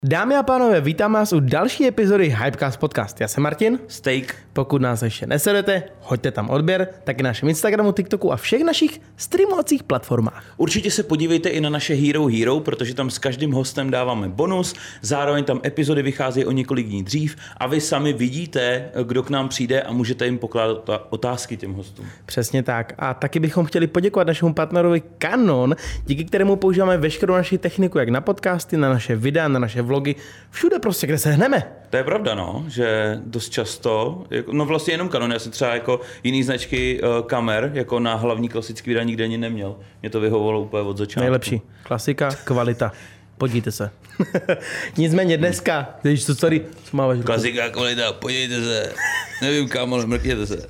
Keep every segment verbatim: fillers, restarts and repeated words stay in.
Dámy a pánové, vítám vás u další epizody Hypecast Podcast. Já jsem Martin. Steak. Pokud nás ještě nesledujete, hoďte tam odběr, taky na našem Instagramu, TikToku a všech našich streamovacích platformách. Určitě se podívejte i na naše Hero Hero, protože tam s každým hostem dáváme bonus, zároveň tam epizody vycházejí o několik dní dřív a vy sami vidíte, kdo k nám přijde a můžete jim pokládat otázky těm hostům. Přesně tak. A taky bychom chtěli poděkovat našemu partnerovi Canon, díky kterému používáme veškerou naši techniku, jak na podcasty, na naše videa, na naše vlogy, všude prostě, kde se hneme. To je pravda, no, že dost často, no vlastně jenom Canon, já jsem třeba jako jiný značky uh, kamer, jako na hlavní klasický videa nikdy ani neměl. Mě to vyhovovalo úplně od začátku. Nejlepší. Klasika, kvalita. Podívejte se. Nicméně dneska, když to tady, co máváš? Klasika, kvalita, podívejte se. Nevím kam, ale mrkněte se.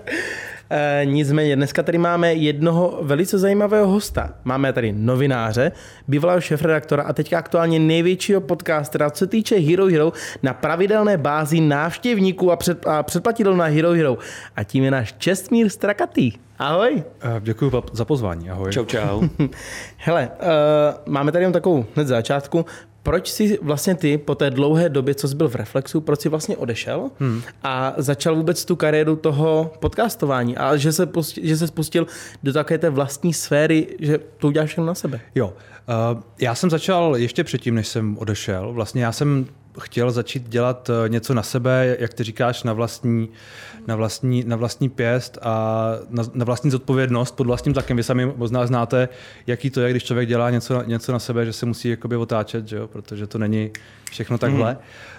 E, nicméně dneska tady máme jednoho velice zajímavého hosta. Máme tady novináře, bývalého šéfredaktora a teďka aktuálně největšího podcastera, co se týče Hero Hero, na pravidelné bázi návštěvníků a, před, a předplatitelů na Hero Hero. A tím je náš Čestmír Strakatý. Ahoj. Děkuji za pozvání, ahoj. Čau, čau. Hele, uh, máme tady jen takovou hned začátku. Proč jsi vlastně ty po té dlouhé době, co jsi byl v Reflexu, proč jsi vlastně odešel hmm. a začal vůbec tu kariéru toho podcastování a že se, pustil, že se spustil do takové té vlastní sféry, že to uděláš všechno na sebe? Jo, uh, já jsem začal ještě předtím, než jsem odešel. Vlastně já jsem chtěl začít dělat něco na sebe, jak ty říkáš, na vlastní, na vlastní, na vlastní pěst a na, na vlastní zodpovědnost pod vlastním tlakem. Vy sami možná znáte, jaký to je, když člověk dělá něco, něco na sebe, že se musí jakoby otáčet, že jo? Protože to není všechno takhle. Mm.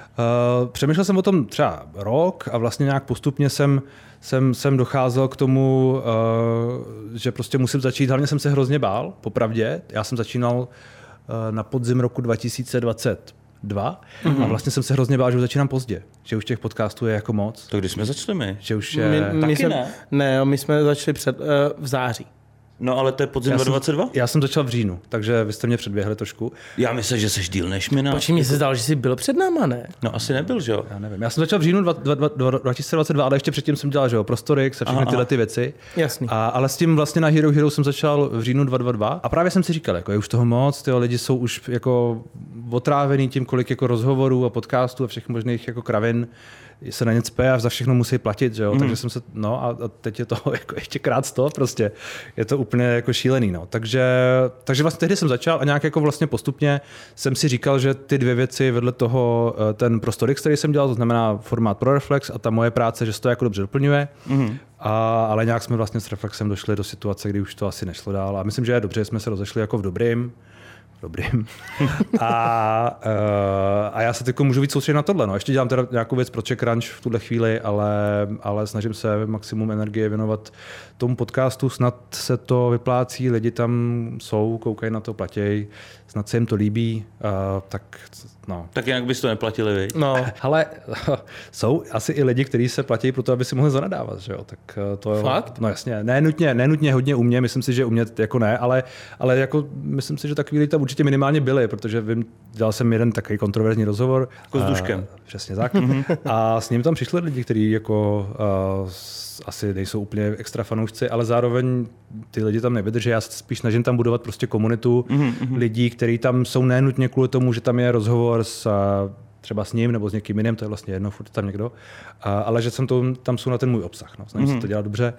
Uh, přemýšlel jsem o tom třeba rok a vlastně nějak postupně jsem, jsem, jsem docházel k tomu, uh, že prostě musím začít. Hlavně jsem se hrozně bál, popravdě. Já jsem začínal uh, na podzim roku dva tisíce dvacet dva mm-hmm. a vlastně jsem se hrozně bál, že už začínám pozdě, že už těch podcastů je jako moc. To když jsme začali my? Že už je... My, my Taky jsme, ne? Ne, my jsme začali před, uh, v září. No ale to je podzim dva tisíce dvacet dva? Já jsem začal v říjnu, takže vy jste mě předběhli trošku. Já myslím, že jsi díl než mi na... Počkej, mně se zdálo, že jsi byl před náma, ne? No asi nebyl, že jo? Já nevím. Já jsem začal v říjnu dva tisíce dvacet dva, ale ještě předtím jsem dělal, že jo, Prostorix a všechny tyhle ty věci. Jasný. A, ale s tím vlastně na Hero Hero jsem začal v říjnu dva tisíce dvacet dva a právě jsem si říkal, jako je už toho moc, tyjo, lidi jsou už jako otrávený tím, kolik jako rozhovorů a podcastů a všech možných jako kravin se na ně cpe a za všechno musí platit, že jo? Mm. Takže jsem se, no a teď je to jako ještě krát sto prostě. Je to úplně jako šílený, no. Takže, takže vlastně tehdy jsem začal a nějak jako vlastně postupně jsem si říkal, že ty dvě věci vedle toho, ten Prostorix, který jsem dělal, to znamená formát pro Reflex a ta moje práce, že se to jako dobře doplňuje. Mm. A, ale nějak jsme vlastně s Reflexem došli do situace, kdy už to asi nešlo dál a myslím, že je dobře, jsme se rozešli jako v dobrým. Dobrým. A, uh, a já se teď můžu víc soustředit na tohle. No. Ještě dělám teda nějakou věc pro Czech Ranch v tuhle chvíli, ale, ale snažím se maximum energie věnovat tomu podcastu. Snad se to vyplácí, lidi tam jsou, koukají na to, platějí, snad se jim to líbí. Uh, tak, no. Tak jinak bys to neplatili, vy? No. Ale jsou asi i lidi, kteří se platí pro to, aby si mohli zanadávat. Že jo? Tak to je, fakt? No jasně. Ne nutně, ne nutně hodně u mě, myslím si, že u mě jako ne, ale, ale jako myslím si, že takový lidi tam určitě minimálně byli, protože vím, dělal jsem jeden takový kontroverzní rozhovor. Jako s Duškem. Přesně tak. A s ním tam přišli lidi, kteří jako uh, asi nejsou úplně extra fanoušci, ale zároveň ty lidi tam nevydrží. Já spíš snažím tam budovat prostě komunitu mm-hmm. lidí, kteří tam jsou nenutně kvůli tomu, že tam je rozhovor s uh, třeba s ním nebo s někým jiným, to je vlastně jedno, furt tam někdo, uh, ale že jsem to, tam jsou na ten můj obsah. No. Snažím mm-hmm. se to dělat dobře.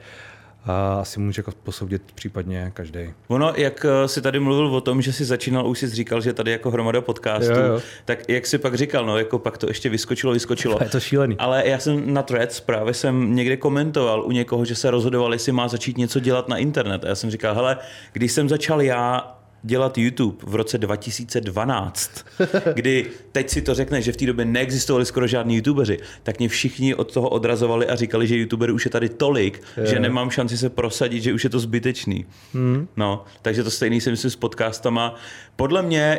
A asi může jako posoudit případně každý. Ono, jak jsi tady mluvil o tom, že jsi začínal, už jsi říkal, že tady jako hromada podcastů, jo, jo. tak jak jsi pak říkal, no jako pak to ještě vyskočilo, vyskočilo. Je to šílený. Ale já jsem na Threads právě jsem někde komentoval u někoho, že se rozhodoval, jestli má začít něco dělat na internet. A já jsem říkal, hele, když jsem začal já dělat YouTube v roce dva tisíce dvanáct, kdy teď si to řekne, že v té době neexistovali skoro žádní youtubeři, tak mě všichni od toho odrazovali a říkali, že youtuberů už je tady tolik, je. že nemám šanci se prosadit, že už je to zbytečný. Hmm. No, takže to stejný si myslím s podcastama. Podle mě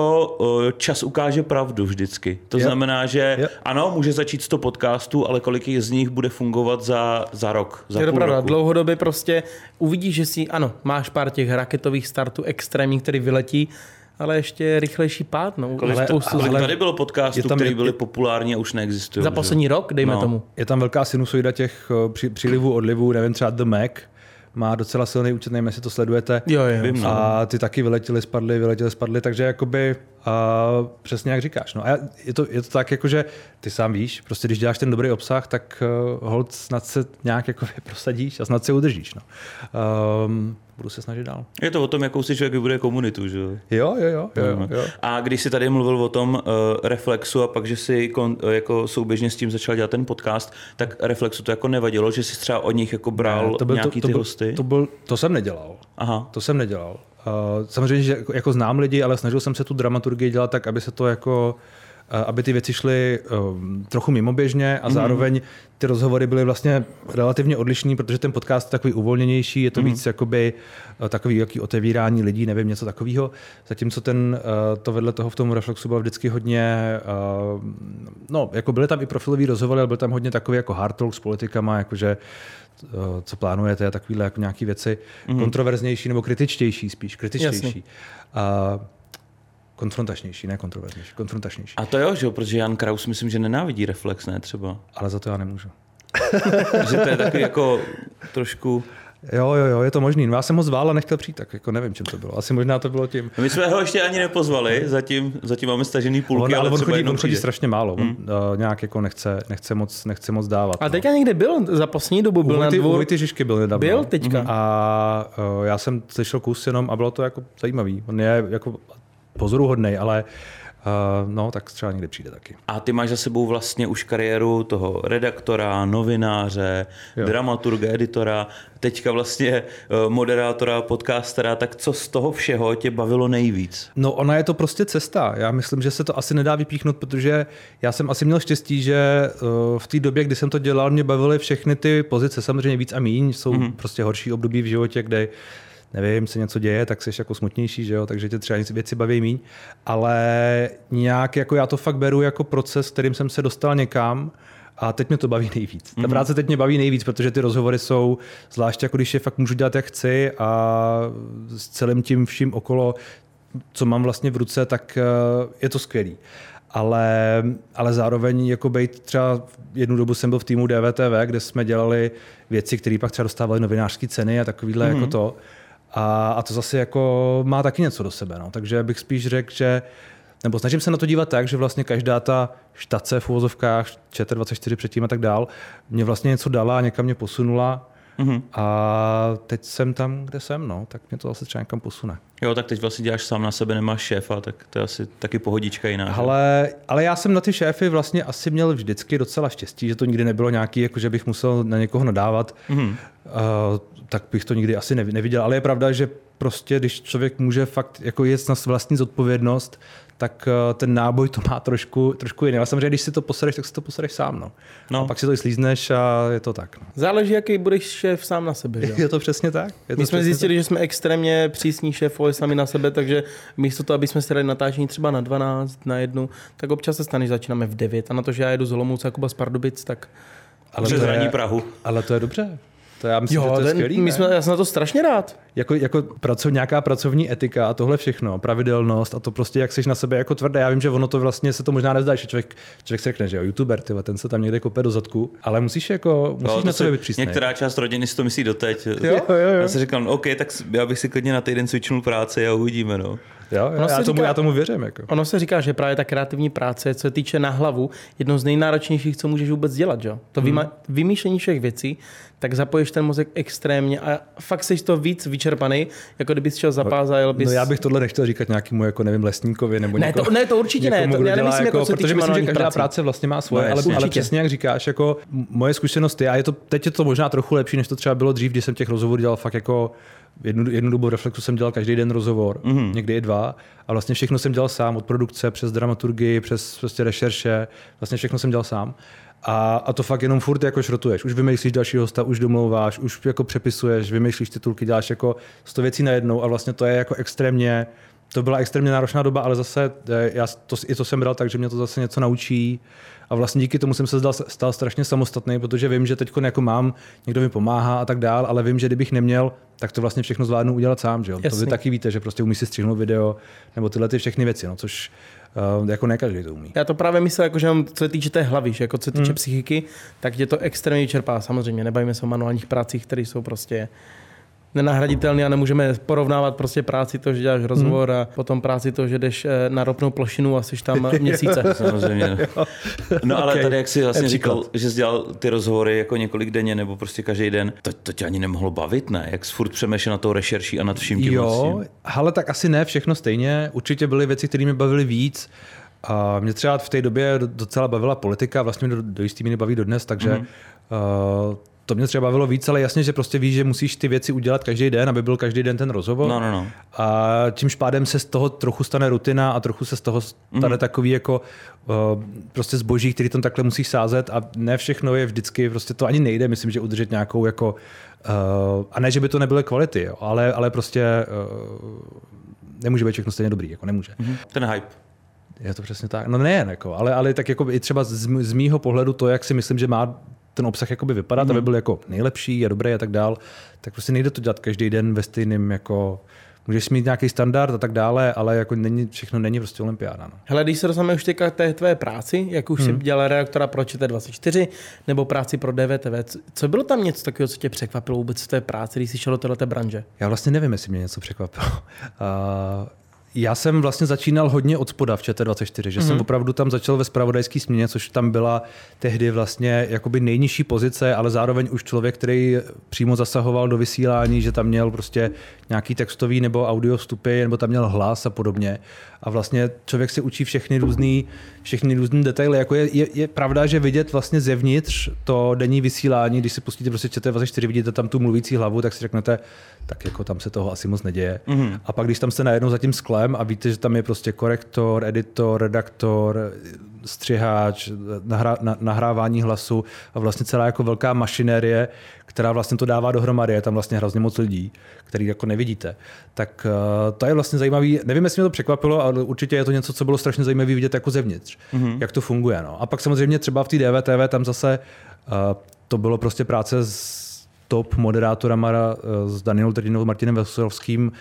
jako čas ukáže pravdu vždycky. To je. znamená, že je. ano, může začít sto podcastů, ale kolik z nich bude fungovat za, za rok, za je půl to pravda, roku. Dlouhodobě prostě uvidíš, že si, ano, máš pár těch raketových startů extrémních, který vyletí, ale ještě rychlejší pád. No. Kolik, ale, spoustu, ale tady bylo podcastů, které byly je, populární a už neexistují. Za poslední že? rok, dejme no. tomu. Je tam velká sinusoida těch při, přílivů, odlivů, nevím, třeba The Mac má docela silný účet, nevím, jestli to sledujete. Jo, jo. Vím, no. A ty taky vyletěli, spadly, vyletěli, spadly, takže jakoby A přesně jak říkáš. No a je to, je to tak, jako, že ty sám víš, prostě když děláš ten dobrý obsah, tak uh, hold snad se nějak jako prosadíš a snad se udržíš. No. Um, budu se snažit dál. Je to o tom, jakou si člověk vybuduje komunitu, že jo? Jo, jo, jo. jo, jo. A když jsi tady mluvil o tom uh, Reflexu a pak, že jsi kon, uh, jako souběžně s tím začal dělat ten podcast, tak Reflexu to jako nevadilo, že jsi třeba od nich jako bral ne, to byl, nějaký to, to ty byl, hosty? To, byl, to jsem nedělal. Aha. To jsem nedělal. Uh, samozřejmě, že jako, jako znám lidi, ale snažil jsem se tu dramaturgii dělat tak, aby se to jako aby ty věci šly um, trochu mimoběžně a mm. zároveň ty rozhovory byly vlastně relativně odlišný, protože ten podcast je takový uvolněnější, je to mm. víc jakoby takový jaký otevírání lidí, nevím, něco takového. Zatímco ten, uh, to vedle toho v tom Reflexu bylo vždycky hodně, uh, no, jako byly tam i profilový rozhovory, ale byl tam hodně takový jako hard talk s politikama, jakože co plánujete a takovýhle jako nějaký věci mm. kontroverznější nebo kritičtější spíš, kritičtější. Uh, Konfrontačnější, ne kontroverznější, konfrontačnější. A to jo, že jo, protože Jan Kraus myslím, že nenávidí Reflex, ne třeba. Ale za to já nemůžu. Že to je takový jako trošku... Jo, jo, jo, je to možný. No, já jsem ho zval a nechtěl přijít, tak jako nevím, čím to bylo. Asi možná to bylo tím. My jsme ho ještě ani nepozvali, zatím, zatím máme stažený půlky, on, ale, ale on chodí, on chodí strašně málo. Hmm. On uh, nějak jako nechce, nechce, moc, nechce moc dávat. A teďka no. někde byl za poslední dobu, byl Vojty, na dvou... Vojty Žižky byl nedávno. Byl teďka. A uh, já jsem slyšel kus jenom a bylo to jako zajímavý. On je jako pozoruhodnej, ale uh, no, tak třeba někdy přijde taky. A ty máš za sebou vlastně už kariéru toho redaktora, novináře, jo. dramaturga, editora, teďka vlastně uh, moderátora, podcastera, tak co z toho všeho tě bavilo nejvíc? No ona je to prostě cesta. Já myslím, že se to asi nedá vypíchnout, protože já jsem asi měl štěstí, že uh, v té době, kdy jsem to dělal, mě bavily všechny ty pozice, samozřejmě víc a míň, jsou mm-hmm. prostě horší období v životě, kde nevím, se něco děje, tak jsi jako smutnější, že jo, takže tě třeba něco věci baví míň, ale nějak jako já to fakt beru jako proces, kterým jsem se dostal někam a teď mě to baví nejvíc. Ta práce teď mě baví nejvíc, protože ty rozhovory jsou, zvláště jako když je fakt můžu dělat jak chci a s celým tím vším okolo, co mám vlastně v ruce, tak je to skvělý. Ale, ale zároveň jako bejt třeba jednu dobu jsem byl v týmu D V T V, kde jsme dělali věci, které pak třeba dostávaly novinářské ceny a takovýhle mm-hmm. jako to. A, a to zase jako má taky něco do sebe. No. Takže bych spíš řekl, že nebo snažím se na to dívat tak, že vlastně každá ta štace v uvozovkách, Č T dvacet čtyři předtím a tak dál, mě vlastně něco dala a někam mě posunula. Mm-hmm. A teď jsem tam, kde jsem, no, tak mě to zase třeba někam posune. Jo, tak teď vlastně děláš sám na sebe, nemáš šéfa, tak to je asi taky pohodička jiná. Ale, ale já jsem na ty šéfy vlastně asi měl vždycky docela štěstí, že to nikdy nebylo nějaký, jako že bych musel na někoho nadávat, mm-hmm. uh, tak bych to nikdy asi neviděl. Ale je pravda, že prostě, když člověk může fakt jako jet na vlastní zodpovědnost, tak ten náboj to má trošku, trošku jiný. Ale samozřejmě, když si to posereš, tak si to posereš sám. No. No. A pak si to i slízneš a je to tak. No. Záleží, jaký budeš šéf sám na sebe. Že? Je to přesně tak. Je to My jsme zjistili, tak. že jsme extrémně přísní šéfové sami na sebe, takže místo toho, aby jsme si dali natáčení třeba na dvanáct, na jednu, tak občas se stane, že začínáme v devět. A na to, že já jedu z Olomouce a Kuba z Pardubic, tak... Ale to, je, Prahu. ale to je dobře. To já myslím, jo, že to je ten, skvělý. My jsme, já jsem na to strašně rád. Jako, jako pracov, nějaká pracovní etika a tohle všechno, pravidelnost a to prostě, jak jsi na sebe jako tvrdé. Já vím, že ono to vlastně se to možná nezdá, že člověk, člověk se řekne, že jo, youtuber, tyva, ten se tam někde kope do zadku, ale musíš jako, musíš no, na sebe být přísnej. Některá část rodiny si to myslí doteď. Jo, jo, jo. Já si říkám, OK, tak já bych si klidně na týden cvičnul práci a uvidíme, no. Jo, jo, já, tomu, říká, já tomu věřím. Jako. Ono se říká, že právě ta kreativní práce, co se týče na hlavu, jedno z nejnáročnějších, co můžeš vůbec dělat. Že? To hmm. vymýšlení všech věcí, tak zapojíš ten mozek extrémně a fakt jsi to víc vyčerpaný, jako kdybys šel zapás a jel bys... No já bych tohle nechtěl říkat nějakému jako nevím lesníkovi nebo ne, někomu, to, ne, to určitě ne, to, já nemyslím, jako, jako protože myslím, že každá prací. práce vlastně má svoje, no, ale, ale přesně jak říkáš, jako moje zkušenost je, a je to, teď je to možná trochu lepší, než to třeba bylo dřív, kdy jsem těch rozhovorů dělal fakt jako jednu, jednu dobu Reflexu jsem dělal každý den rozhovor, mm-hmm. někdy i dva, a vlastně všechno jsem dělal sám, od produkce přes dramaturgii, přes prostě rešerše, vlastně všechno jsem dělal sám. A, a to fakt jenom furt jako šrotuješ. Už vymýšlíš dalšího hosta, už domlouváš, už jako přepisuješ, vymýšlíš titulky, děláš jako sto věcí najednou a vlastně to je jako extrémně, to byla extrémně náročná doba, ale zase já to, i to jsem bral tak, že mě to zase něco naučí a vlastně díky tomu jsem se stal, stal strašně samostatný, protože vím, že teď jako mám, někdo mi pomáhá a tak dál, ale vím, že kdybych neměl, tak to vlastně všechno zvládnu udělat sám. Že jo? To vy taky víte, že prostě umíš si střihnout video nebo tyhle ty všechny věci, no, což uh, jako ne každý to umí. Já to právě myslím, jako, že co se týče té hlavy, že jako co se týče hmm. psychiky, tak tě to extrémně čerpá. Samozřejmě nebavíme se o manuálních prácích, které jsou prostě nenahraditelný a nemůžeme porovnávat prostě práci to, že děláš rozhovor hmm. a potom práci to, že jdeš na ropnou plošinu a jsi tam měsíce. Samozřejmě. No ale okay. Tady, jak jsi vlastně říkal, že jsi dělal ty rozhovory jako několik denně nebo prostě každý den, to, to tě ani nemohlo bavit, ne? Jak jsi furt přemýšlel na tou rešerší a nad vším tím. Jo, ale tak asi ne všechno stejně. Určitě byly věci, které mě bavily víc. A mě třeba v té době docela bavila politika, vlastně mě do, do jistý míry baví dodnes, takže mm. uh, to mě třeba bavilo víc, ale jasně, že prostě víš, že musíš ty věci udělat každý den, aby byl každý den ten rozhovor. No, no, no. A čímž pádem se z toho trochu stane rutina a trochu se z toho stane mm. takový jako uh, prostě zboží, který tam takhle musíš sázet a ne všechno je vždycky, prostě to ani nejde, myslím, že udržet nějakou jako, uh, a ne, že by to nebyly kvality, jo, ale, ale prostě uh, nemůže být všechno stejně dobrý, jako nemůže. Mm. Ten hype. Je to přesně tak. No nejen, jako, ale, ale tak jako i třeba z, z mýho pohledu to, jak si myslím, že má ten obsah jakoby vypadat, mm. aby byl jako nejlepší a dobrý a tak dál, tak prostě nejde to dělat každý den ve stejným jako můžeš mít nějaký standard a tak dále, ale jako není, všechno není prostě olympiáda. No. Hele, když se dostaneme už teďka té tvé práci, jak už hmm. jsi dělal redaktora pro Č T dvacet čtyři nebo práci pro D V T V, co bylo tam něco takového, co tě překvapilo vůbec v té práci, když jsi šel do této branže? Já vlastně nevím, jestli mě něco překvapilo. Uh, Já jsem vlastně začínal hodně od spoda v Č T dvacet čtyři, že mm-hmm. jsem opravdu tam začal ve zpravodajské směně, což tam byla tehdy vlastně jakoby nejnižší pozice, ale zároveň už člověk, který přímo zasahoval do vysílání, že tam měl prostě nějaký textový nebo audio vstupy, nebo tam měl hlas a podobně. A vlastně člověk si učí všechny různý, všechny různý detaily. Jako je, je, je pravda, že vidět vlastně zevnitř to denní vysílání, když si pustíte prostě Č T dvacet čtyři, vidíte tam tu mluvící hlavu, tak si řeknete, tak jako tam se toho asi moc neděje. Mm-hmm. A pak když tam jste najednou za tím sklem a víte, že tam je prostě korektor, editor, redaktor, střiháč, nahrá, na, nahrávání hlasu a vlastně celá jako velká mašinérie, která vlastně to dává dohromady, je tam vlastně hrozně moc lidí, který jako nevidíte. Tak uh, to je vlastně zajímavý, nevím, jestli mě to překvapilo, ale určitě je to něco, co bylo strašně zajímavé vidět jako zevnitř, mm-hmm. jak to funguje. No. A pak samozřejmě třeba v té D V T V tam zase uh, to bylo prostě práce s top moderátorama, s Danielou Trdinovou, Martinem Veselovským.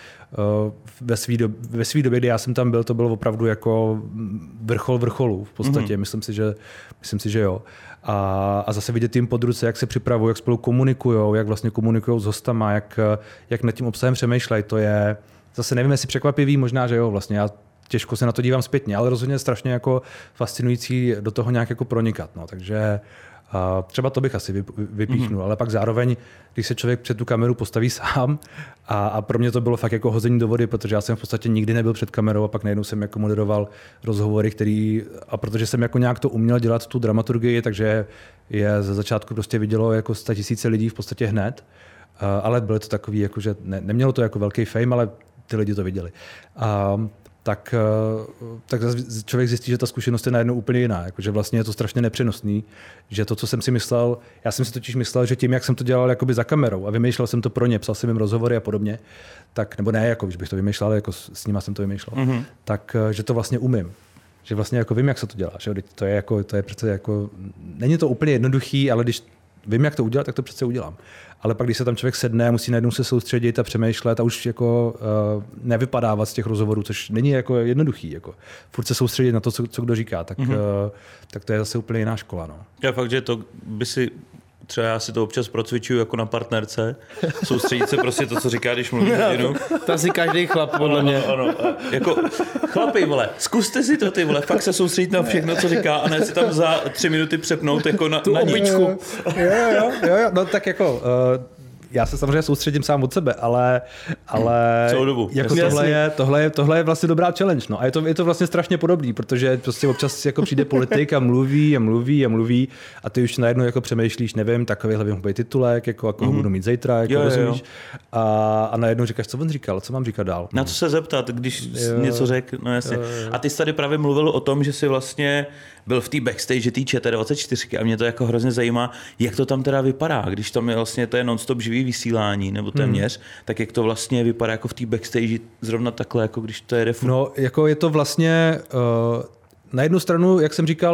Ve své době, ve svý době, kdy já jsem tam byl, to bylo opravdu jako vrchol vrcholů v podstatě. Mm-hmm. Myslím si, že, myslím si, že jo. A, a zase vidět jim pod ruce, jak se připravují, jak spolu komunikují, jak vlastně komunikují s hostama, jak, jak nad tím obsahem přemýšlejí. To je zase nevím, jestli překvapivý, možná, že jo. Vlastně já těžko se na to dívám zpětně, ale rozhodně strašně jako fascinující do toho nějak jako pronikat. No. Takže a třeba to bych asi vypíchnul, mm-hmm. ale pak zároveň, když se člověk před tu kameru postaví sám a, a pro mě to bylo fakt jako hození do vody, protože já jsem v podstatě nikdy nebyl před kamerou a pak najednou jsem jako moderoval rozhovory, který, a protože jsem jako nějak to uměl dělat tu dramaturgii, takže je ze začátku prostě vidělo jako sta tisíce lidí v podstatě hned, ale bylo to takový, jako, že ne, nemělo to jako velký fame, ale ty lidi to viděli. A, tak, tak člověk zjistí, že ta zkušenost je najednou úplně jiná. Jakože vlastně je to strašně nepřenosný, že to, co jsem si myslel, já jsem si totiž myslel, že tím, jak jsem to dělal jakoby za kamerou a vymýšlel jsem to pro ně, psal jsem jim rozhovory a podobně, tak, nebo ne, jako, že bych to vymýšlel, ale jako s nima jsem to vymýšlel, mm-hmm. tak, že to vlastně umím. Že vlastně jako vím, jak se to dělá. Že to je jako, to je přece jako, není to úplně jednoduchý, ale když vím, jak to udělat, tak to přece udělám. Ale pak, když se tam člověk sedne a musí najednou se soustředit a přemýšlet a už jako uh, nevypadávat z těch rozhovorů, což není jako jednoduchý. Jako. Furt se soustředit na to, co, co kdo říká, tak, mm-hmm. uh, tak to je zase úplně jiná škola. No. Já fakt, že to by si třeba já si to občas procvičuju jako na partnerce, soustředit se prostě to, co říká, když mluví hodinu. To asi každý chlap, podle mě. Ano, ano. Jako, chlapi, vole, zkuste si to, ty vole, fakt se soustředit na všechno, co říká, a ne si tam za tři minuty přepnout jako na, tu na običku. Jo, jo, jo, jo, no tak jako... Uh... Já se samozřejmě soustředím sám od sebe, ale, ale celou dobu. Jako tohle, je, tohle, je, tohle je vlastně dobrá challenge. No. A je to, je to vlastně strašně podobný, protože prostě občas jako přijde politik a mluví a mluví a mluví a ty už najednou jako přemýšlíš, nevím, takovýhle by mohl být titulek, jako, jako mm-hmm. ho budu mít zítra, jako jo, rozumíš. Jo. A, a najednou říkáš, co on říkal, co mám říkat dál. Na co se zeptat, když jo, něco řekl, no jasně. Jo, jo. A ty jsi tady právě mluvil o tom, že jsi vlastně byl v té backstage té Č T dvacet čtyři a mě to jako hrozně zajímá, jak to tam teda vypadá, když tam je vlastně to je non-stop živý vysílání, nebo téměř, hmm. tak jak to vlastně vypadá jako v té backstage zrovna takhle, jako když to jede furt. No, jako je to vlastně uh, na jednu stranu, jak jsem říkal,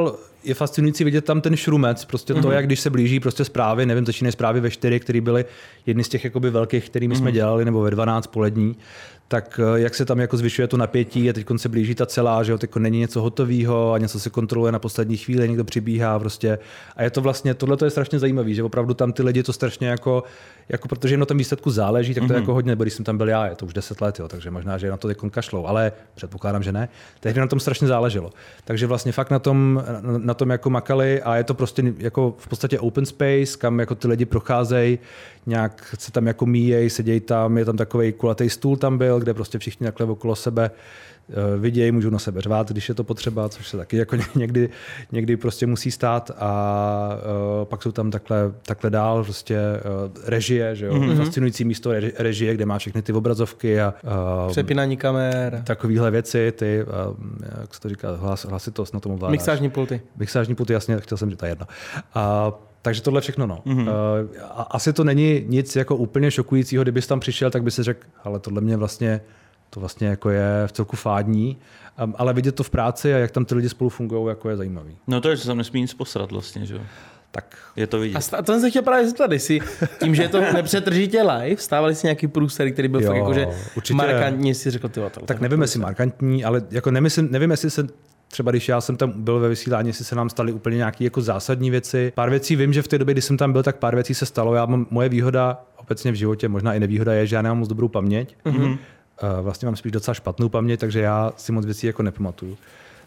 je fascinující vidět tam ten šrumec, prostě to, mm-hmm. jak když se blíží prostě zprávy, nevím, začínají zprávy ve čtyři, které byly jedny z těch jakoby velkých, kterými mm-hmm. jsme dělali, nebo ve dvanáct polední, tak jak se tam jako zvyšuje to napětí a teď se blíží ta celá, že jo, teď není něco hotového a něco se kontroluje na poslední chvíli, někdo přibíhá prostě. A je to vlastně, tohle je strašně zajímavé, že opravdu tam ty lidi to strašně jako, jako protože jim na tom výsledku záleží, tak to je mm-hmm. jako hodně, nebo když jsem tam byl já, je to už deset let, jo, takže možná, že na to teď kašlou, ale předpokládám, že ne. Tehdy na tom strašně záleželo. Takže vlastně fakt na tom, na, na tom jako makali a je to prostě jako v podstatě open space, kam jako ty lidi procházejí, nějak se tam jako míjejí, sedějí tam, je tam takový kulatý stůl tam byl, kde prostě všichni takhle okolo sebe vidějí, můžou na sebe řvát, když je to potřeba, což se taky jako někdy, někdy prostě musí stát a uh, pak jsou tam takhle, takhle dál prostě uh, režie, že jo? Mm-hmm. Fascinující místo režie, kde má všechny ty obrazovky a uh, přepínání kamer. Takovéhle věci, ty, uh, jak se to říká, hlas, hlasitost na tom ovládáš. Mixážní pulty. Mixážní pulty, jasně, chtěl jsem říct, to je jedno. Uh, Takže tohle všechno, no. Mm-hmm. Uh, asi to není nic jako úplně šokujícího, kdybys tam přišel, tak by si řekl, ale tohle mě vlastně, to vlastně jako je v celku fádní, um, ale vidět to v práci a jak tam ty lidi spolu fungují, jako je zajímavý. No to je, že se tam nesmí nic posrat vlastně, že jo. Tak je to vidět. A to jsem se chtěl právě zeptat, jestli tím, že je to nepřetržitě live, stávali si nějaký průser, který byl jo, fakt jakože markantní, si řekl, ty to. Tak nevím, jestli markantní, ale jako nemyslím, nevím, jestli se třeba když já jsem tam byl ve vysílání, jestli se nám staly úplně nějaké jako zásadní věci. Pár věcí vím, že v té době, kdy jsem tam byl, tak pár věcí se stalo. Já mám, moje výhoda obecně v životě, možná i nevýhoda je, že já nemám moc dobrou paměť. Mm-hmm. Vlastně mám spíš docela špatnou paměť, takže já si moc věcí jako nepamatuju.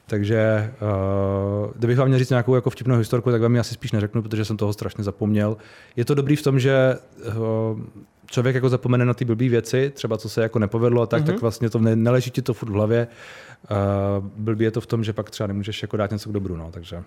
Takže uh, kdybych vám měl říct nějakou jako vtipnou historku, tak vám ji asi spíš neřeknu, protože jsem toho strašně zapomněl. Je to dobrý v tom, že uh, člověk jako zapomene na ty blbý věci, třeba co se jako nepovedlo, tak, mm-hmm. tak vlastně to ne, neleží ti to furt v hlavě. Uh, blbý je to v tom, že pak třeba nemůžeš jako dát něco k dobru, no, takže. Uh,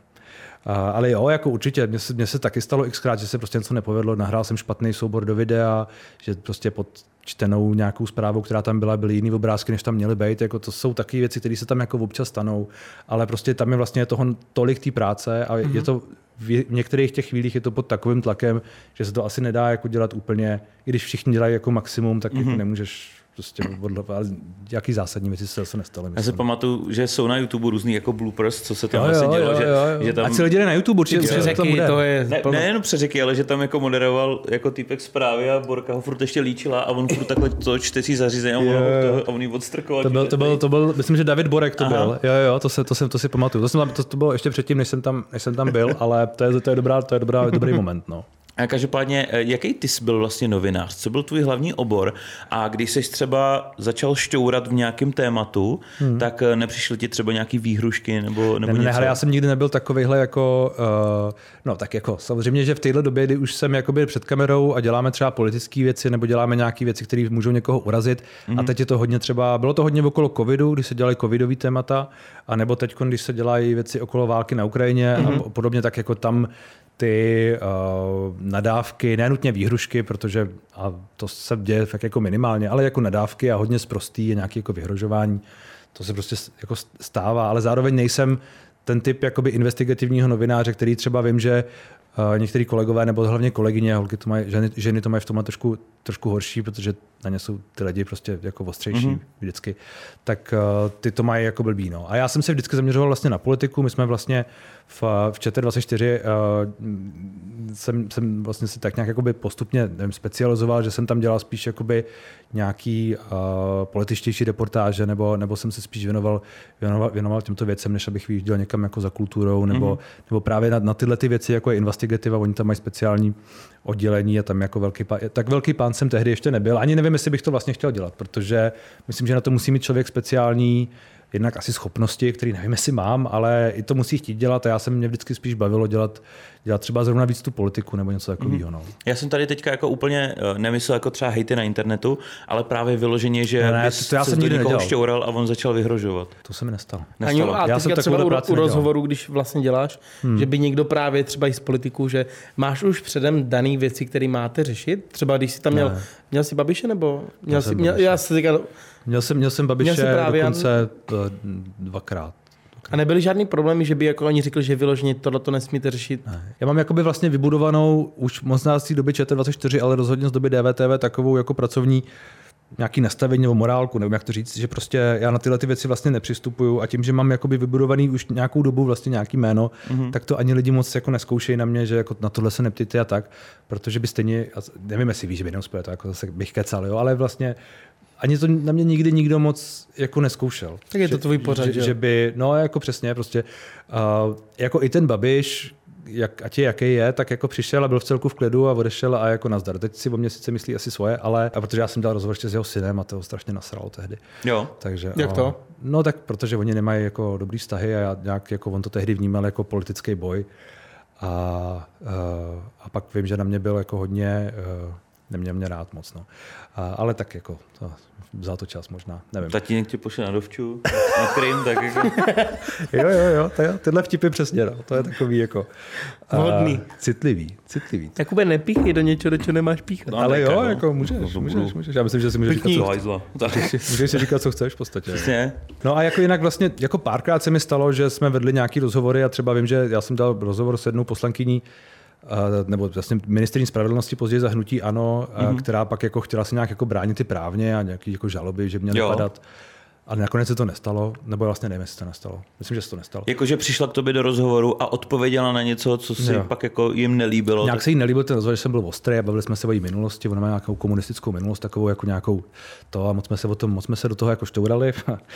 ale jo, jako určitě, mně se, mně se taky stalo xkrát, že se prostě něco nepovedlo, nahrál jsem špatný soubor do videa, že prostě pod čtenou nějakou zprávu, která tam byla, byly jiný obrázky, než tam měly být, jako to jsou taky věci, které se tam jako občas stanou, ale prostě tam je vlastně toho tolik té práce a mm-hmm. je to v některých těch chvílích je to pod takovým tlakem, že se to asi nedá jako dělat úplně, i když všichni dělají jako maximum, tak mm-hmm. jako nemůžeš prostě odhledat, jaký zásadní věci se zase nestaly. Já si pamatuju, že jsou na YouTube různý jako bloopers, co se tam jo, vlastně jo, dělo. Jo, že, jo, jo. že tam... Ať se lidi na YouTube určitě přeřeky, to je... Ne, nejen přeřeky, ale že tam jako moderoval jako týpek zprávy a Borka ho furt ještě líčila a on furt takhle to čtecí zařízení a on, toho, a on jí odstrkoval. To byl, to, byl, to byl, myslím, že David Borek to Aha. byl. Jo, jo, to, se, to, se, to si pamatuju. To, jsem, to, to bylo ještě předtím, než jsem tam, než jsem tam byl, ale to je, to je, dobrá, to je dobrá, dobrý moment. No. A každopádně, jaký ty jsi byl vlastně novinář? Co byl tvůj hlavní obor? A když jsi třeba začal šťourat v nějakém tématu, hmm. tak nepřišly ti třeba nějaký výhrušky nebo, nebo ne, něco? Ne, ale já jsem nikdy nebyl takovejhle jako, uh, no tak jako samozřejmě, že v téhle době, kdy už jsem jakoby před kamerou a děláme třeba politické věci nebo děláme nějaké věci, které můžou někoho urazit hmm. a teď je to hodně třeba, bylo to hodně okolo covidu, když se dělaly covidové témata, a nebo teď, když se dělají věci okolo války na Ukrajině hmm. a podobně, tak jako tam ty uh, nadávky, nenutně výhrušky, protože a to se děje fakt jako minimálně, ale jako nadávky a hodně sprostý je nějaké jako vyhrožování. To se prostě jako stává, ale zároveň nejsem ten typ jakoby investigativního novináře, který třeba vím, že uh, některý kolegové nebo hlavně kolegyně, holky to mají, ženy, ženy to mají v tomhle trošku, trošku horší, protože na ně jsou ty lidi prostě jako ostřejší mm-hmm. vždycky. Tak uh, ty to mají jako blbý. No. A já jsem se vždycky zaměřoval vlastně na politiku. My jsme vlastně v, v Čete dvacet čtyři uh, jsem, jsem vlastně si tak nějak jakoby postupně nevím, specializoval, že jsem tam dělal spíš jakoby nějaký uh, političtější reportáže, nebo, nebo jsem se spíš věnoval, věnoval, věnoval těmto věcem, než abych vyjížděl někam jako za kulturou, nebo, mm-hmm. nebo právě na, na tyhle ty věci, jako je investigativa, oni tam mají speciální oddělení a tam jako velký pán, tak velký pán jsem tehdy ještě nebyl. Ani nevím, jestli bych to vlastně chtěl dělat, protože myslím, že na to musí mít člověk speciální jednak asi schopnosti, které nevím, jestli mám, ale i to musí chtít dělat a já jsem mě vždycky spíš bavilo dělat, dělat třeba zrovna víc tu politiku nebo něco takového. No. Já jsem tady teďka jako úplně nemyslel jako třeba hejty na internetu, ale právě vyloženě, že ne, bys to já jsem do někoho nedělal. šťoural a on začal vyhrožovat. To se mi nestalo. nestalo. A já jsem třeba u, u rozhovoru, nedělal. když vlastně děláš, hmm. že by někdo právě třeba i z politiku, že máš už předem daný věci, které máte řešit? Třeba když jsi tam měl, měl jsi Babiše nebo? Měl jsi, měl, já si říkal, Měl jsem, měl jsem Babiše měl právě dokonce dvakrát. A nebyly žádný problémy, že by jako oni řekli, že vyloženě tohleto nesmíte řešit? Ne. Já mám jakoby vlastně vybudovanou už možná z té doby Čete dvacet čtyři, ale rozhodně z doby D V T V takovou jako pracovní nějaký nastavení nebo morálku, nevím jak to říct, že prostě já na tyhle ty věci vlastně nepřistupuju a tím, že mám jakoby vybudovaný už nějakou dobu vlastně nějaký jméno, mm-hmm. tak to ani lidi moc jako neskoušejí na mě, že jako na tohle se neptejte a tak, protože by stejně, nevím, jestli víš, že by neuspěl, to jako zase bych kecal, jo, ale vlastně ani to na mě nikdy nikdo moc jako neskoušel. Tak je to tvůj pořad, že, že, že by, no jako přesně, prostě uh, jako i ten Babiš, jak, ať je jaký je, tak jako přišel a byl v celku v klidu a odešel a jako nazdar. Teď si o mě sice myslí asi svoje, ale a protože já jsem dal rozhovor s jeho synem a to ho strašně nasralo tehdy. Jo. Takže, jak to? A, no tak protože oni nemají jako dobrý vztahy a já nějak jako on to tehdy vnímal jako politický boj. A, a, a pak vím, že na mě byl jako hodně, neměl mě rád moc. No. A, ale tak jako to, vzal to čas možná, nevím. Tatínek tě pošle na dovču, na Krym, tak jako... jo, jo, jo, to jo, tyhle vtipy přesně, no. To je takový jako... Vhodný. Uh, citlivý, citlivý. Jakube, nepíchej do něčeho, do čeho nemáš píchat. No, ale jo, no. jako můžeš, můžeš, můžeš. Já myslím, že si můžeš říkat, co chceš. Můžeš, můžeš si říkat, co chceš v podstatě. Přesně. No a jako jinak vlastně, jako párkrát se mi stalo, že jsme vedli nějaký rozhovory a třeba vím, že já jsem dal rozhovor s jednou poslankyní, nebo vlastně ministryní spravedlnosti později za hnutí ANO, mm-hmm. která pak jako chtěla si nějak jako bránit ty právně a nějaký jako žaloby, že měly padat. A nakonec se to nestalo, nebo vlastně nevím, jestli to nestalo. Myslím, že se to nestalo. Jakože přišla k tobě do rozhovoru a odpověděla na něco, co si jo. pak jako jim nelíbilo. Nějak tak... se jí nelíbil ten rozhovor, že jsem byl ostrý a bavili jsme se o její minulosti, ona má nějakou komunistickou minulost, takovou jako nějakou to a moc jsme se o tom, moc jsme se do toho jako štourali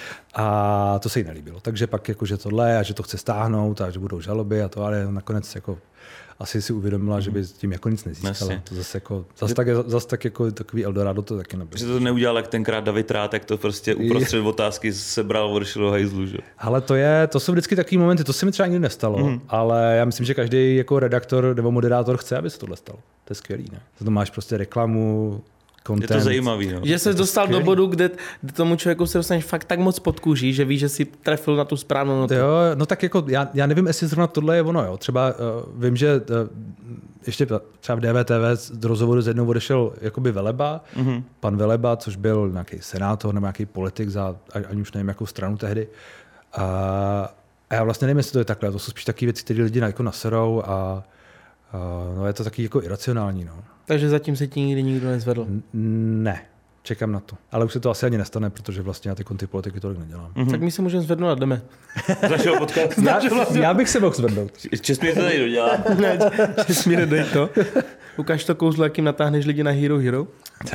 a to se jí nelíbilo. Takže pak jako, že tohle a že to chce stáhnout a že budou žaloby a to, ale nakonec jako asi si uvědomila, že by tím jako nic nezískala. Jasně. To zase jako, zase tak, zase tak jako takový Eldorado to taky nebylo. Že to neudělal jak tenkrát David Rád, tak to prostě uprostřed otázky sebral, odešel do hajzlu. Že? Ale to je, to jsou vždycky takový momenty, to se mi třeba nikdy nestalo, mm. ale já myslím, že každý jako redaktor nebo moderátor chce, aby se tohle stalo. To je skvělý, ne? To máš prostě reklamu, content. Je to zajímavý. No. Že se dostal skvělý. Do bodu, kde, kde tomu člověku se dostaneš fakt tak moc pod kůží, že víš, že si trefil na tu správnou notu. Jo, no tak jako já, já nevím, jestli zrovna tohle je ono. Jo. Třeba uh, vím, že uh, ještě třeba v D V T V z rozhovoru z jednou odešel jakoby Veleba, mm-hmm. pan Veleba, což byl nějaký senátor nebo nějaký politik za, ani už nevím, jakou stranu tehdy. A, a já vlastně nevím, jestli to je takhle. To jsou spíš taky věci, které lidi jako naserou a, a no, je to taky jako iracionální. No. Takže zatím se ti nikdy nikdo nezvedl? N- ne, čekám na to. Ale už se to asi ani nestane, protože vlastně já ty konty politiky tolik nedělám. Mm-hmm. Tak my se můžeme zvednout a jdeme. Z našeho podcastu. Já, já bych se mohl zvednout. Česmír to tady dodělá. Ne, Česmír, dej to. Ukaž to kouzlo, jakým natáhneš lidi na Hero Hero.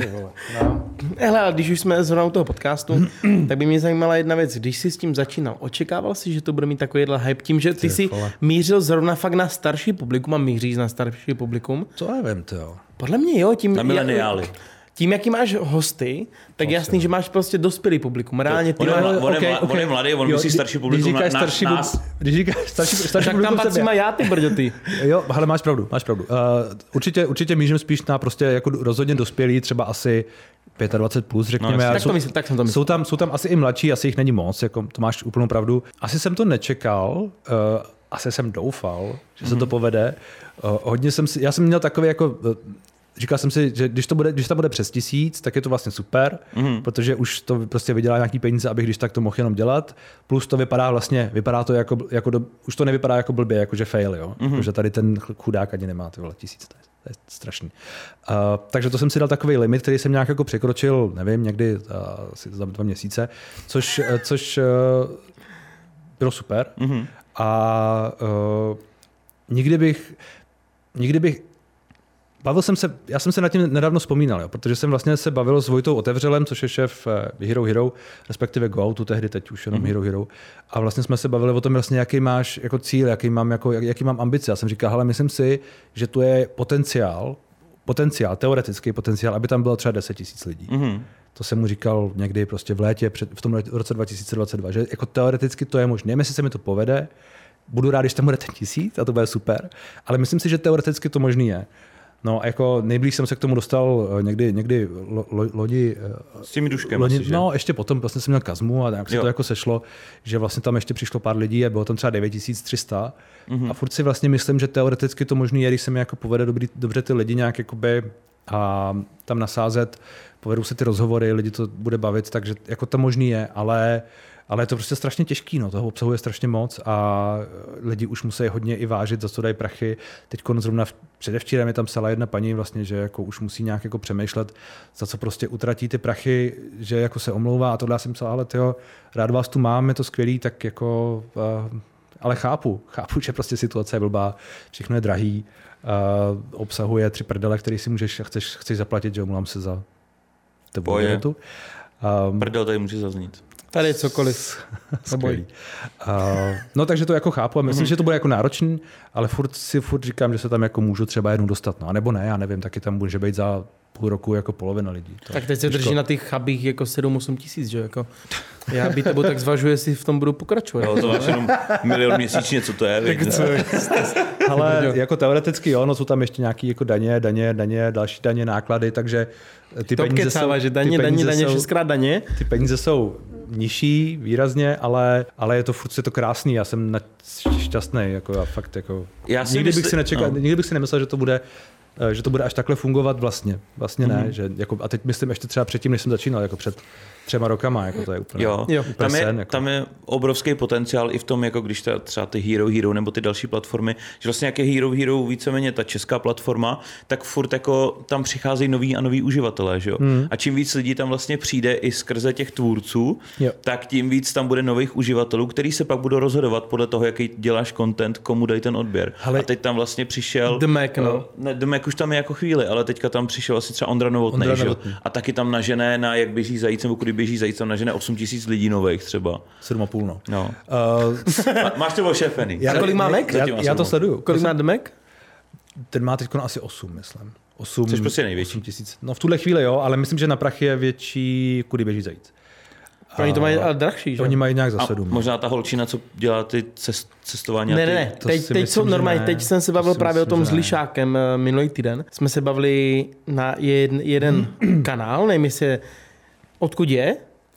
No. Hele, ale když už jsme zrovna u toho podcastu, tak by mě zajímala jedna věc. Když jsi s tím začínal, očekával jsi, že to bude mít takovýhle hype tím, že ty jsi mířil zrovna fakt na starší publikum a míříš na starší publikum? Co nevím, to jo. Podle mě jo. Tím, na mileniály. Tím, jaký máš hosty, tak je jasný, že máš prostě dospělý publikum. Reálně ty on, je, máš... on, okay, on je mladý, on jo, myslí starší publikum na, starší, nás. Když říkáš starší, starší tak publikum tam patřím a já, ty brďoty. Jo, ale máš pravdu, máš pravdu. Uh, určitě, určitě mířím spíš na prostě jako rozhodně dospělí, třeba asi dvacet pět plus, řekněme. No, tak, jsou, to myslím, tak jsem to myslel. Jsou tam, jsou tam asi i mladší, asi jich není moc, jako, to máš úplnou pravdu. Asi jsem to nečekal, uh, asi jsem doufal, že se mm-hmm. to povede. Uh, hodně jsem si, já jsem měl takový jako... Uh, Říkal jsem si, že když to bude, když to bude přes tisíc, tak je to vlastně super, mm-hmm. protože už to prostě vydělá nějaký peníze, abych když tak to mohl jenom dělat. Plus to vypadá vlastně, vypadá to jako, jako do, už to nevypadá jako blbě, jakože fail, jo. Mm-hmm. Protože tady ten chudák ani nemá ty vole tisíc, to je, to je strašný. Uh, takže to jsem si dal takový limit, který jsem nějak jako překročil, nevím, někdy uh, asi za dva měsíce, což, uh, což uh, bylo super. Mm-hmm. A uh, nikdy bych, nikdy bych Bavil jsem se, já jsem se nad tím nedávno vzpomínal, jo, protože jsem vlastně se bavil s Vojtou Otevřelem, což je šéf Hero Hero, respektive GoOutu tehdy, teď už jenom mm. Hero Hero. A vlastně jsme se bavili o tom, vlastně, jaký máš jako cíl, jaký mám, jako, jak, jaký mám ambice. Já jsem říkal, hele, myslím si, že tu je potenciál, potenciál, teoretický potenciál, aby tam bylo třeba deset tisíc lidí. Mm. To jsem mu říkal někdy prostě v létě, před, v tom roce dva tisíce dvacet dva, že jako teoreticky to je možné. Nevím, jestli se mi to povede, budu rád, když tam bude ten tisíc a to bude super, ale myslím si, že teoreticky to možný je. No, jako nejblíž jsem se k tomu dostal někdy, někdy lo, lo, lodi... S tím duškem lodi, asi, že? No, ještě potom vlastně jsem měl Kazmu a tak se to jako sešlo, že vlastně tam ještě přišlo pár lidí a bylo tam třeba devět tisíc tři sta mm-hmm. a furt si vlastně myslím, že teoreticky to možný je, když se mi jako povede dobrý, dobře ty lidi nějak jakoby a tam nasázet, povedou se ty rozhovory, lidi to bude bavit, takže jako to možný je, ale Ale je to prostě strašně těžký, no, toho obsahu je strašně moc a lidi už musí hodně i vážit, za co dají prachy. Teď zrovna předevčírem je tam psala jedna paní vlastně, že jako už musí nějak jako přemýšlet, za co prostě utratí ty prachy, že jako se omlouvá a tohle já jsem psala, ale tyjo, rád vás tu mám, je to skvělý, tak jako, uh, ale chápu, chápu, že prostě situace je blbá, všechno je drahý, uh, obsahuje tři prdele, který si můžeš, chceš, chceš zaplatit, že omlouvám se za tebou minutu. Um, Prdel tady může zaznít. Tady cokoliv. Skvělý. Uh, no takže to jako chápu a myslím, mm-hmm. že to bude jako náročný, ale furt si furt říkám, že se tam jako můžu třeba jednou dostat. No a nebo ne, já nevím, taky tam může být za půl roku jako polovina lidí. To tak teď se drží na těch chabích jako sedm osm tisíc, že jako. Já by tebou tak zvažuji, jestli v tom budu pokračovat. Jo, to máš jenom milion měsíčně, co to je. Tak co je? Ale jako teoreticky jo, no jsou tam ještě nějaký jako daně, daně, daně, další daně, náklady, takže ty to peníze kecáva, jsou, že daně, ty daně, daně, jsou, šestkrát daně. Ty peníze jsou nižší výrazně, ale, ale je to furt je to krásný, já jsem šťastný, jako já fakt jako já si nikdy, mysli... bych si nečekal, no. nikdy bych si nemyslel, že to bude že to bude až takhle fungovat vlastně. Vlastně mm-hmm. ne, že jako, a teď myslím ještě třeba předtím, než jsem začínal, jako před třema rokama, jako to je úplně, jo. úplně tam, je, sen, jako. tam je obrovský potenciál i v tom, jako když ta, třeba ty Hero Hero nebo ty další platformy, že vlastně jak je Hero Hero víceméně ta česká platforma, tak furt jako tam přicházejí noví a noví uživatelé, že jo? Hmm. A čím víc lidí tam vlastně přijde i skrze těch tvůrců, jo. tak tím víc tam bude nových uživatelů, který se pak budou rozhodovat podle toho, jaký děláš content, komu dají ten odběr. Ale a teď tam vlastně přišel The Mac, no. Ne, The Mac už tam je jako chvíli, ale teďka tam přišel asi třeba Ondra Novotnej, Ondra Novotnej. A taky tam nažené na jak běží zajíc, nebo kudy běží zajíc, tam nažené osm tisíc lidí nových třeba. sedm a půl, no. no. Uh, Má, máš to ošefený. Já, kolik má Mac? Já, já to sleduju. Kolik má The Mac? Ten má teď asi osm, myslím. osm, což prostě největší. osm tisíc. No v tuhle chvíli jo, ale myslím, že na prachy je větší, kudy běží zajíc. Oni to mají ale drahší, že? Oni mají nějak za a sedm. Možná ta holčina, co dělá ty cest, cestování. Ne, ne, ne. Teď, teď, jsou normálně, ne. teď jsem se bavil právě myslím, o tom s Lišákem minulý týden. Jsme se bavili na jeden, jeden kanál, nevím jestli odkud je,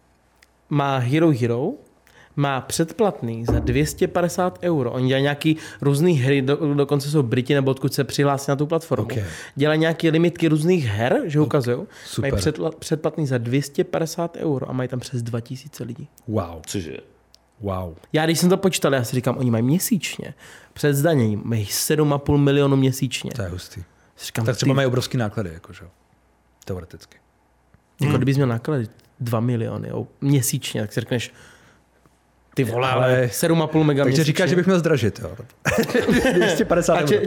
má Hero Hero, má předplatný za dvě stě padesát euro. Oni dělají nějaký různý hry, do, dokonce jsou Briti, nebo odkud se přihlásí na tu platformu. Okay. Dělají nějaké limitky různých her, že ukazují. Mají předpla, předplatný za dvě stě padesát euro a mají tam přes dva tisíce lidí. Wow. Cože? Wow. Já když jsem to počítal, já si říkám, oni mají měsíčně. Před zdaněním mají sedm a půl milionu měsíčně. To je hustý. Říkám, tak třeba ty... mají obrovský náklady, jakože. Teoreticky. Jako hmm. kdybys měl náklady dva miliony jo, měsíčně, tak si řekneš, ty vole, ale sedm a půl mega takže měsíčně. říkáš, že bych měl zdražit, jo. dvě stě padesát euro.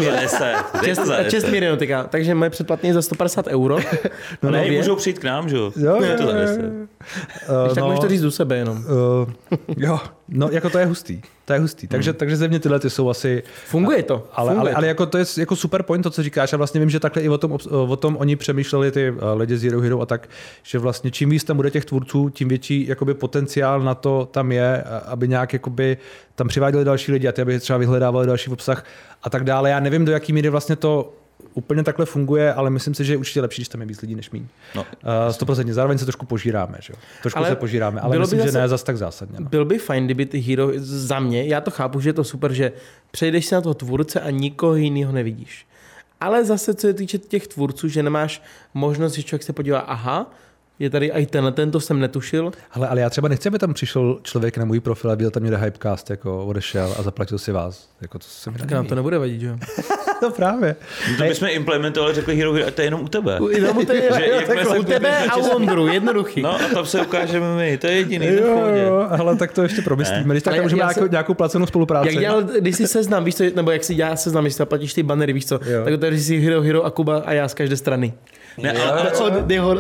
Čest míry, takže moje předplatný je za sto padesát euro. No ne, můžou přijít k nám, že jo? Jo, je to za deset. Uh, tak no, můžeš to říct u sebe jenom. Uh, jo, no jako to je hustý. To je hustý. Takže, hmm. takže ze mě tyhle ty jsou asi... Funguje to. Ale, Funguje ale, to. ale jako to je jako super point, to, co říkáš. A vlastně vím, že takhle i o tom, o tom oni přemýšleli ty lidi z Hero Hero a tak, že vlastně čím víc tam bude těch tvůrců, tím větší jakoby potenciál na to tam je, aby nějak jakoby tam přiváděli další lidi a ty, aby třeba vyhledávali další obsah a tak dále. Já nevím, do jaký míry vlastně to úplně takhle funguje, ale myslím si, že je určitě lepší, když tam je víc lidí než míň. No, sto procent. Uh, Zároveň se trošku požíráme, že jo? Trošku ale se požíráme, ale myslím, že ne zas tak zásadně. No. Byl by fajn, kdyby ty Hero za mě, já to chápu, že je to super, že přejdeš si na toho tvůrce a nikoho jiného nevidíš. Ale zase, co se týče těch tvůrců, že nemáš možnost, že člověk se podívá, aha, je tady i ten, tento jsem netušil. Ale, ale já třeba nechci, aby tam přišel člověk na můj profil a viděl tam někde Hypecast, jako odešel a zaplatil si vás. Jako to se tak nám to nebude vadit, že jo? No právě. No to bychom implementovali, řekli Hero Hero, a to je jenom u tebe. Jenom u tebe, že, jo, takhle, u tebe a u Ondru, jednoduchý. No a tam se ukážeme my, to je jediný. Jo, jo, ale tak to ještě promyslíme. Když tak můžeme nějakou, nějakou placenou spolupráci. Jak dělal, když si seznam, víš co, nebo jak si dělá seznam, když si zaplatíš ty banery, víš co, jo. Tak tady si Hero Hero a Kuba a já z každé strany. Ne, ale, ale co,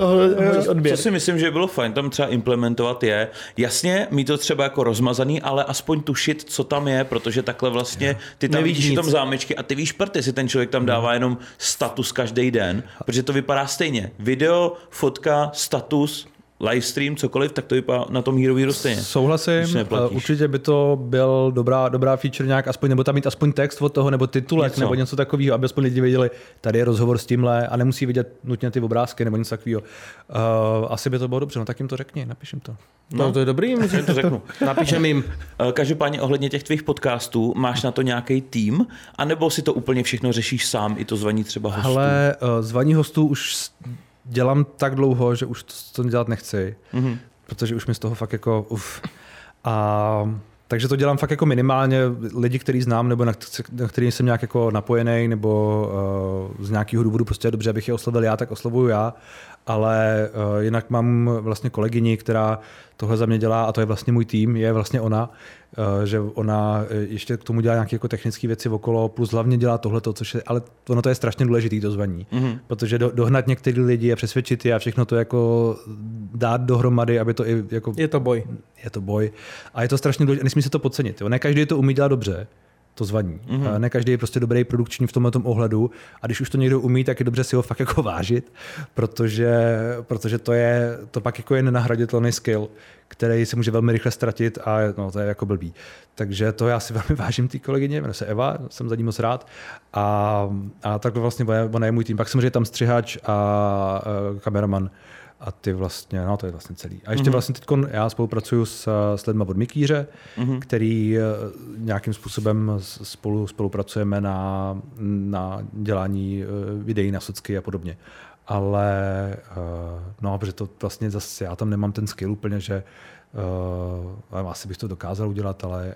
co si myslím, že bylo fajn tam třeba implementovat je, jasně mít to třeba jako rozmazaný, ale aspoň tušit, co tam je, protože takhle vlastně ty tam Nevíš vidíš nic. v tom zámečky a ty víš prty, si ten člověk tam dává jenom status každý den, protože to vypadá stejně. Video, fotka, status, livestream, cokoliv, tak to vypadá na tom Hero Hero stejně. Souhlasím, určitě by to byl dobrá, dobrá feature nějak, aspoň, nebo tam mít aspoň text od toho, nebo titulek, něco. Nebo něco takového, aby aspoň lidi věděli, tady je rozhovor s tímhle a nemusí vidět nutně ty obrázky nebo něco takového. Uh, asi by to bylo dobře, no tak jim to řekni, napišem to. No, no to je dobrý, myslím, to řeknu. Napíšem jim. Každopádně ohledně těch tvých podcastů, máš na to nějaký tým, anebo si to úplně všechno řešíš sám, i to zvaní třeba hostů? Ale uh, zvaní hostů už dělám tak dlouho, že už to, to dělat nechci, mm-hmm. protože už mi z toho fakt jako uf. A takže to dělám fakt jako minimálně lidi, který znám, nebo na, na který jsem nějak jako napojený, nebo uh, z nějakého důvodu prostě je dobře, abych je oslovil já, tak oslovuju já. Ale uh, jinak mám vlastně kolegyni, která tohle za mě dělá a to je vlastně můj tým, je vlastně ona, uh, že ona ještě k tomu dělá nějaké jako technické věci okolo, plus hlavně dělá tohleto, což je, ale ono to je strašně důležitý to zvaní, mm-hmm. protože do, dohnat některý lidi a přesvědčit je a všechno to jako dát dohromady, aby to i jako... Je to boj. Je to boj a je to strašně důležité, nesmí se to podcenit, jo? Ne každý to umí dělat dobře, to zvaní. Mm-hmm. Ne každý je prostě dobrý produkční v tomhle ohledu a když už to někdo umí, tak je dobře si ho fakt jako vážit, protože, protože to je to pak jako je nenahraditelný skill, který se může velmi rychle ztratit a no, to je jako blbý. Takže to já si velmi vážím té kolegyně, jmenuje se Eva, jsem za ní moc rád a, a tak vlastně ona je můj tým. Pak samozřejmě tam střihač a, a kameraman. A ty vlastně, no to je vlastně celý. A ještě mm-hmm. vlastně teď já spolupracuju s, s lidma od Mikýře, mm-hmm. který nějakým způsobem spolu spolupracujeme na, na dělání videí na socky a podobně. Ale no, protože to vlastně zase, já tam nemám ten skill úplně, že uh, asi bych to dokázal udělat, ale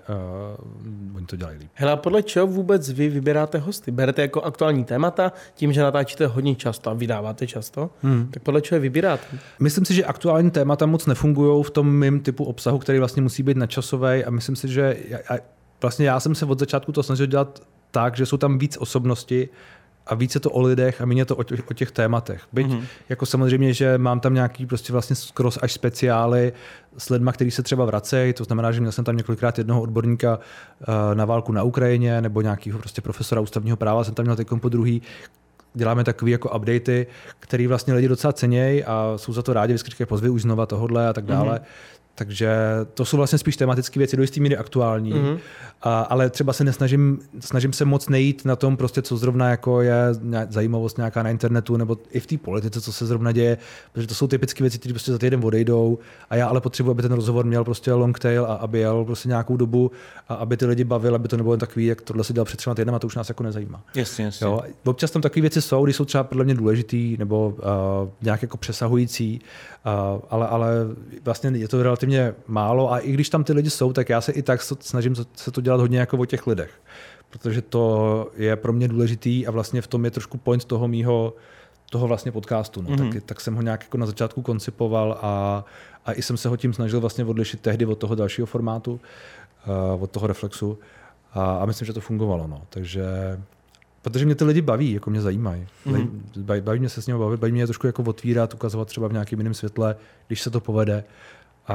uh, oni to dělají líp. Hele, a podle čeho vůbec vy vybíráte hosty? Berete jako aktuální témata, tím, že natáčíte hodně často a vydáváte často, hmm. tak podle čeho je vybíráte? Myslím si, že aktuální témata moc nefungují v tom mým typu obsahu, který vlastně musí být nadčasový a myslím si, že já, vlastně já jsem se od začátku to snažil dělat tak, že jsou tam víc osobnosti, a více to o lidech a méně to o těch, o těch tématech. Byť mm-hmm. jako samozřejmě, že mám tam nějaký prostě vlastně skoro až speciály s lidma, kteří se třeba vracejí, to znamená, že měl jsem tam několikrát jednoho odborníka uh, na válku na Ukrajině nebo nějakého prostě profesora ústavního práva, jsem tam měl teď po druhý. Děláme takové jako updaty, který vlastně lidi docela cenějí a jsou za to rádi, vždycky říkají, pozvi už znova tohodle a tak dále. Mm-hmm. Takže to jsou vlastně spíš tematické věci, do jistý míry aktuální, mm-hmm. a, ale třeba se nesnažím, snažím se moc nejít na tom, prostě, co zrovna jako je zajímavost nějaká na internetu, nebo i v té politice, co se zrovna děje, protože to jsou typické věci, které prostě za týden odejdou a já ale potřebuji, aby ten rozhovor měl prostě long tail a aby jel prostě nějakou dobu a aby ty lidi bavil, aby to nebylo jen takový, jak tohle se dělal před třema týdnem a to už nás jako nezajímá. Jasně, jasně. Jo? Občas tam takové věci jsou, když jsou třeba podle mě důležitý nebo uh, nějak jako přesahující, uh, ale, ale vlastně je to relativně málo a i když tam ty lidi jsou, tak já se i tak snažím se to dělat hodně jako o těch lidech, protože to je pro mě důležitý a vlastně v tom je trošku point toho mýho toho vlastně podcastu. No. Mm-hmm. tak, tak jsem ho nějak jako na začátku koncipoval a, a i jsem se ho tím snažil vlastně odlišit tehdy od toho dalšího formátu, uh, od toho Reflexu a, a myslím, že to fungovalo. No. Takže protože mě ty lidi baví, jako mě zajímají. Mm-hmm. Baví, baví mě se s nimi bavit, baví mě trošku jako otvírat, ukazovat třeba v nějakém jiném světle, když se to povede. A,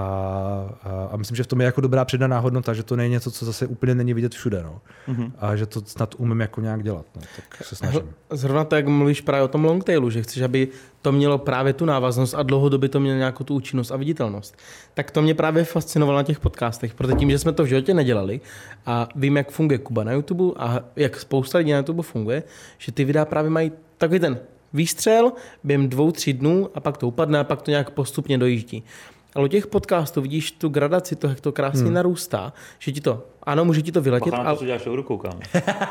a, a myslím, že v tom je jako dobrá přidaná hodnota, že to není něco, co zase úplně není vidět všude. No. Mm-hmm. A že to snad umím jako nějak dělat. No. Tak se snažím. Zrovna tak mluvíš právě o tom longtailu, že chceš, aby to mělo právě tu návaznost a dlouhodobě to mělo nějakou tu účinnost a viditelnost. Tak to mě právě fascinovalo na těch podcastech, protože tím, že jsme to v životě nedělali a vím, jak funguje Kuba na YouTube a jak spousta lidí na YouTube funguje, že ty videa právě mají takový ten výstřel během dvou, tří dnů a pak to upadne a pak to nějak postupně dojíždí. Ale u těch podcastů vidíš tu gradaci, to, jak to krásně hmm. narůstá, že ti to, ano, může ti to vyletět. Pachá na to, co děláš rukou, kámo.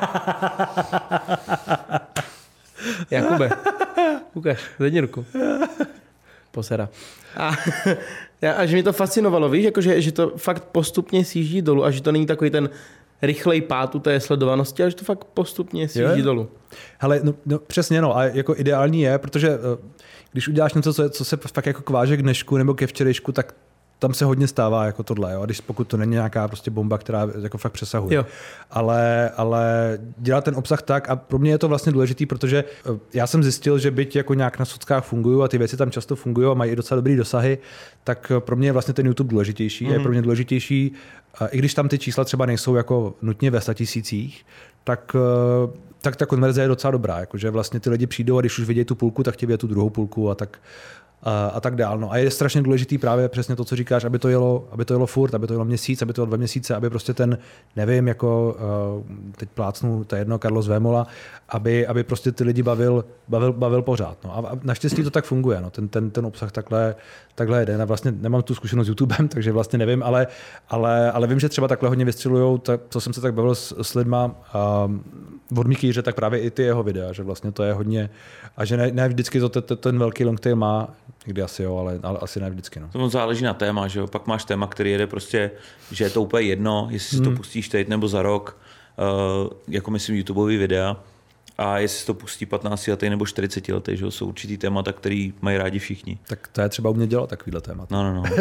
Jakube, ukaž, zvedni ruku. Posera. A, a že mi to fascinovalo, víš, jako že, že to fakt postupně sjíždí dolů a že to není takový ten rychlej pád u té sledovanosti, ale že to fakt postupně sjíždí dolů. Hele, no, no přesně, no, a jako ideální je, protože když uděláš něco, co, co se fakt jako kváže k dnešku nebo ke včerejšku, tak tam se hodně stává jako tohle, jo? Když pokud to není nějaká prostě bomba, která jako fakt přesahuje. Jo. Ale, ale dělat ten obsah tak a pro mě je to vlastně důležitý, protože já jsem zjistil, že byť jako nějak na sockách fungují a ty věci tam často fungují a mají docela dobrý dosahy, tak pro mě je vlastně ten YouTube důležitější. Mm-hmm. Je pro mě důležitější, i když tam ty čísla třeba nejsou jako nutně ve statisících, tak tak ta konverze je docela dobrá, jakože vlastně ty lidi přijdou a když už vidějí tu půlku, tak chtějí tu druhou půlku a tak a, a tak dál. No a je strašně důležitý právě přesně to, co říkáš, aby to jelo, aby to jelo furt, aby to jelo měsíc, aby to jelo dva měsíce, aby prostě ten, nevím, jako teď plácnu, to je jedno, Carlos Vémola, aby, aby prostě ty lidi bavil, bavil, bavil pořád. No a, a naštěstí to tak funguje, no. ten, ten, ten obsah takhle, takhle jde. Já vlastně nemám tu zkušenost s YouTubem, takže vlastně nevím, ale, ale, ale vím, že třeba takhle hodně vystřelujou, tak, co jsem se tak bavil s, s lidma, um, od Mikýře, tak právě i ty jeho videa, že vlastně to je hodně, a že ne, ne vždycky to, to ten velký longtail má, někdy asi jo, ale, ale asi ne vždycky. No. To záleží na téma, že jo, pak máš téma, který jede prostě, že je to úplně jedno, jestli si to Hmm. pustíš teď nebo za rok, uh, jako myslím YouTubeový videa, a jestli si to pustí patnáctiletý nebo čtyřicetiletý, že jo, jsou určitý témata, který mají rádi všichni. Tak to je třeba umět dělat takovýhle témat. No, no, no.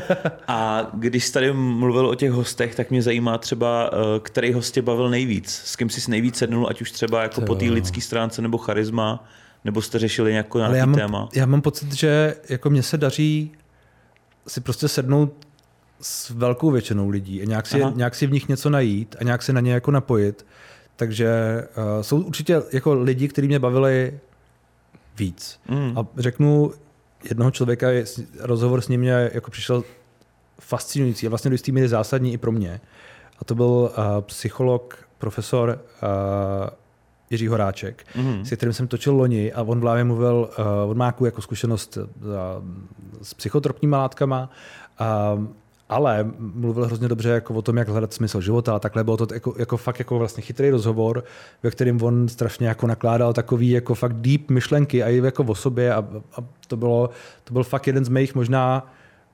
A když jsi tady mluvil o těch hostech, tak mě zajímá třeba, který host tě bavil nejvíc. S kým jsi nejvíc sednul, ať už třeba jako po té lidské stránce nebo charisma, nebo jste řešili jako nějaký já mám, téma? Já mám pocit, že jako mně se daří si prostě sednout s velkou většinou lidí a nějak si, nějak si v nich něco najít a nějak si na ně jako napojit. Takže uh, jsou určitě jako lidi, kteří mě bavili víc. Mm. A řeknu jednoho člověka, rozhovor s ním mě jako přišel fascinující a vlastně do jistý míry zásadní i pro mě. A to byl uh, psycholog, profesor uh, Jiří Horáček, mm. se kterým jsem točil loni a on právě mluvil, uh, on má jako zkušenost uh, s psychotropníma látkama, uh, ale mluvil hrozně dobře jako o tom, jak hledat smysl života a takhle. Bylo to jako, jako fakt jako vlastně chytrý rozhovor, ve kterém on strašně jako nakládal takový jako fakt deep myšlenky a i jako o sobě a, a to, bylo, to byl fakt jeden z mých možná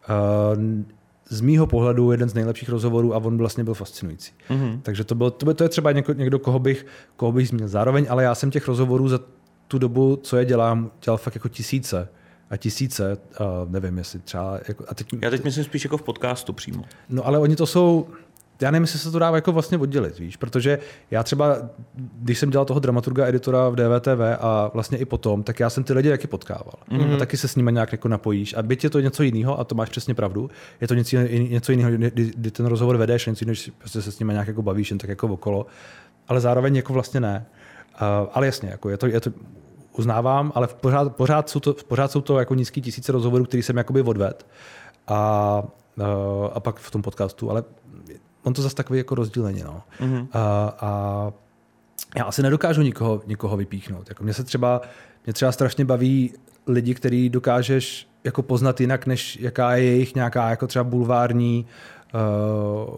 uh, z mýho pohledu jeden z nejlepších rozhovorů a on vlastně byl fascinující. Mm-hmm. Takže to, bylo, to, to je třeba někdo, někdo koho, bych, koho bych zmínil. Zároveň, ale já jsem těch rozhovorů za tu dobu, co je dělám, dělal fakt jako tisíce. A tisíce, uh, nevím, jestli třeba... Jako, a teď, Já teď myslím spíš jako v podcastu přímo. No ale oni to jsou... Já nevím, jestli se to dá jako vlastně oddělit, víš, protože já třeba, když jsem dělal toho dramaturga, editora v D V T V a vlastně i potom, tak já jsem ty lidi taky potkával. Mm-hmm. A taky se s nimi nějak jako napojíš. A byť je to něco jiného, a to máš přesně pravdu, je to něco, něco jiného, kdy, kdy ten rozhovor vedeš, něco jiného, prostě se s nimi nějak jako bavíš, jen tak jako okolo. Ale zároveň jako vlastně ne. Uh, ale jasně, jako je to, je to uznávám, ale v pořád, pořád, jsou to, pořád jsou to jako nízký tisíce rozhovorů, který jsem jakoby odvedl. A, a pak v tom podcastu, ale on to zase takový jako rozdíl není. No. Mm-hmm. A, a já asi nedokážu nikoho, nikoho vypíchnout. Jako mě se třeba, mě třeba strašně baví lidi, který dokážeš jako poznat jinak, než jaká je jejich nějaká jako třeba bulvární uh,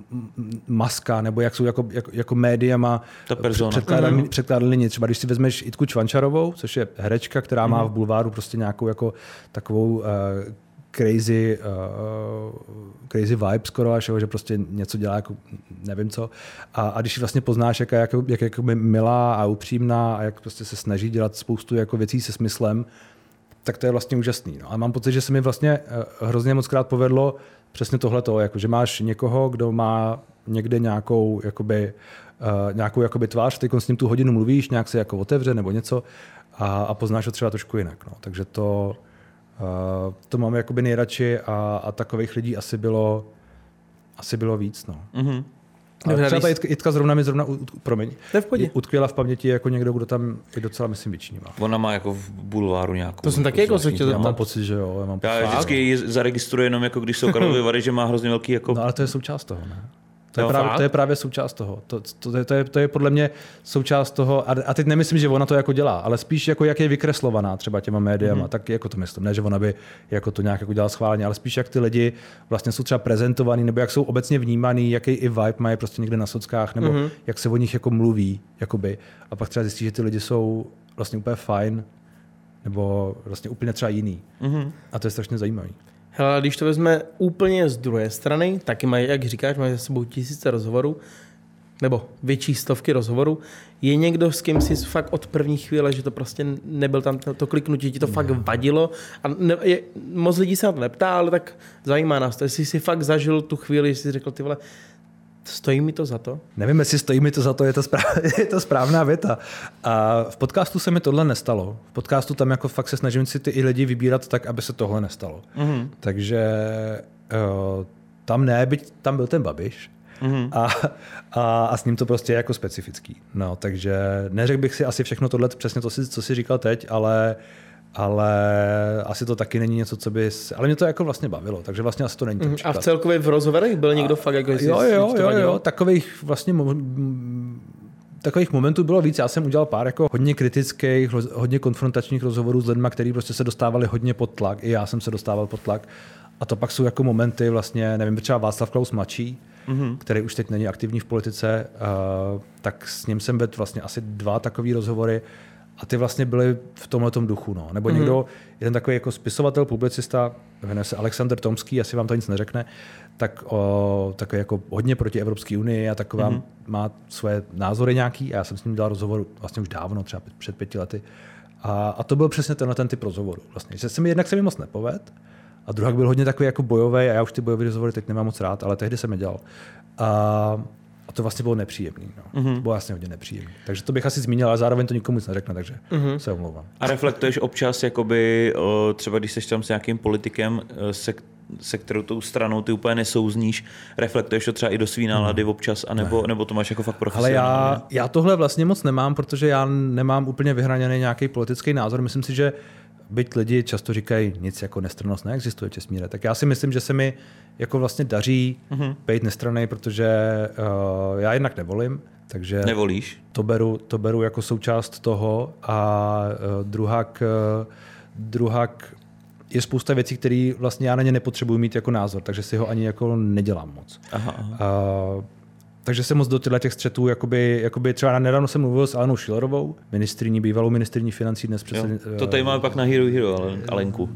maska, nebo jak jsou jako, jako, jako médiama předkládali, mm-hmm. předkládali lidi. Třeba když si vezmeš Jitku Čvančarovou, což je herečka, která mm-hmm. má v bulváru prostě nějakou jako takovou uh, crazy, uh, crazy vibe skoro až, že prostě něco dělá jako nevím co. A, a když vlastně poznáš, jak je jak, jak, jak milá a upřímná a jak prostě se snaží dělat spoustu jako věcí se smyslem, tak to je vlastně úžasný. No. A mám pocit, že se mi vlastně uh, hrozně moc krát povedlo přesně tohleto, jako že máš někoho, kdo má někde nějakou, jakoby, uh, nějakou jakoby tvář, teď s ním tu hodinu mluvíš, nějak se jako otevře nebo něco a, a poznáš ho třeba trošku jinak. No. Takže to Uh, to máme jakoby nejradši a, a takových lidí asi bylo, asi bylo víc. No. Mm-hmm. A třeba ta Jitka, Jitka zrovna mi zrovna, promiň, utkvěla v paměti jako někdo, kdo tam je docela, myslím, většiní má. Ona má jako v bulváru nějakou. To jsem taky jako se Já mám pocit, že jo. Já, mám já vždycky ji zaregistruji jenom, jako když jsou Karlovy Vary, že má hrozně velký jako... No ale to je součást toho, ne? To je, no, právě, to je právě součást toho. To, to, to, to, je, to je podle mě součást toho, a, a teď nemyslím, že ona to jako dělá, ale spíš jako jak je vykreslovaná třeba těma médiama, mm-hmm. tak jako to myslím. Ne, že ona by jako to nějak jako dělala schválně, ale spíš jak ty lidi vlastně jsou třeba prezentovaný, nebo jak jsou obecně vnímaný, jaký i vibe mají prostě někde na sockách, nebo mm-hmm. jak se o nich jako mluví, jakoby. A pak třeba zjistí, že ty lidi jsou vlastně úplně fajn, nebo vlastně úplně třeba jiný. Mm-hmm. A to je strašně zajímavý. Hele, když to vezme úplně z druhé strany, taky mají, jak říkáš, mají za sebou tisíce rozhovorů, nebo větší stovky rozhovorů. Je někdo, s kým jsi fakt od první chvíle, že to prostě nebyl tam to, to kliknutí, ti to fakt vadilo. A ne, je, moc lidí se na to neptá, ale tak zajímá nás to. Jestli jsi fakt zažil tu chvíli, že jsi řekl, ty vole, stojí mi to za to? Nevím, jestli stojí mi to za to, je to, správ, je to správná věta. A v podcastu se mi tohle nestalo. V podcastu tam jako fakt se snažím si ty i lidi vybírat tak, aby se tohle nestalo. Mm-hmm. Takže uh, tam ne, byť tam byl ten Babiš. Mm-hmm. A, a, a s ním to prostě je jako specifický. No, takže neřekl bych si asi všechno tohle, přesně to, si, co jsi říkal teď, ale ale asi to taky není něco, co by... Ale mě to jako vlastně bavilo, takže vlastně asi to není ten příklad. A v celkově v rozhovorech byl někdo a, fakt jako... Jo, jo, jo, jo, takových vlastně... Takových momentů bylo víc. Já jsem udělal pár jako hodně kritických, hodně konfrontačních rozhovorů s lidmi, kteří prostě se dostávali hodně pod tlak. I já jsem se dostával pod tlak. A to pak jsou jako momenty vlastně, nevím, třeba Václav Klaus mladší, mm-hmm. který už teď není aktivní v politice, uh, tak s ním jsem vedl vlastně asi dva takový rozhovory a ty vlastně byly v tomhletom duchu. No. Nebo mm-hmm. někdo, jeden takový jako spisovatel, publicista, jmenuje se Alexander Tomský, asi vám to nic neřekne, tak o, takový jako hodně proti Evropské unii a taková mm-hmm. má své názory nějaký a já jsem s ním dělal rozhovor vlastně už dávno, třeba před pěti lety. A, a to byl přesně tenhle ten typ rozhovoru. Vlastně. Že se mi jednak se mi moc nepoved a druhá byl hodně takový jako bojový a já už ty bojové rozhovory teď nemám moc rád, ale tehdy jsem je dělal. A, a to vlastně bylo nepříjemný. No. Mm-hmm. To bylo vlastně hodně nepříjemný. Takže to bych asi zmínil, ale zároveň to nikomu nic neřekne, takže mm-hmm. se omlouvám. A reflektuješ občas, jakoby, třeba když jsi tam s nějakým politikem, se, se kterou tou stranou ty úplně nesouzníš, reflektuješ to třeba i do svý nálady mm. občas, anebo, nebo to máš jako fakt profesionálně? Ale já, já tohle vlastně moc nemám, protože já nemám úplně vyhraněný nějaký politický názor. Myslím si, že byť lidi často říkají, nic jako nestrannost neexistuje, Česmíre, tak já si myslím, že se mi jako vlastně daří mm-hmm. být nestranný, protože uh, já jednak nevolím, takže nevolíš? To beru, to beru jako součást toho a uh, druhak, uh, druhak je spousta věcí, které vlastně já na ně nepotřebuji mít jako názor, takže si ho ani jako nedělám moc. Aha, aha. Uh, takže jsem moc do těchto těch střetů, jakoby, jakoby třeba nedávno jsem mluvil s Alenou Schillerovou, ministryní, bývalou ministryní financí, dnes předsed... Jo, to tady máme pak na Hero Hero, ale Alenku.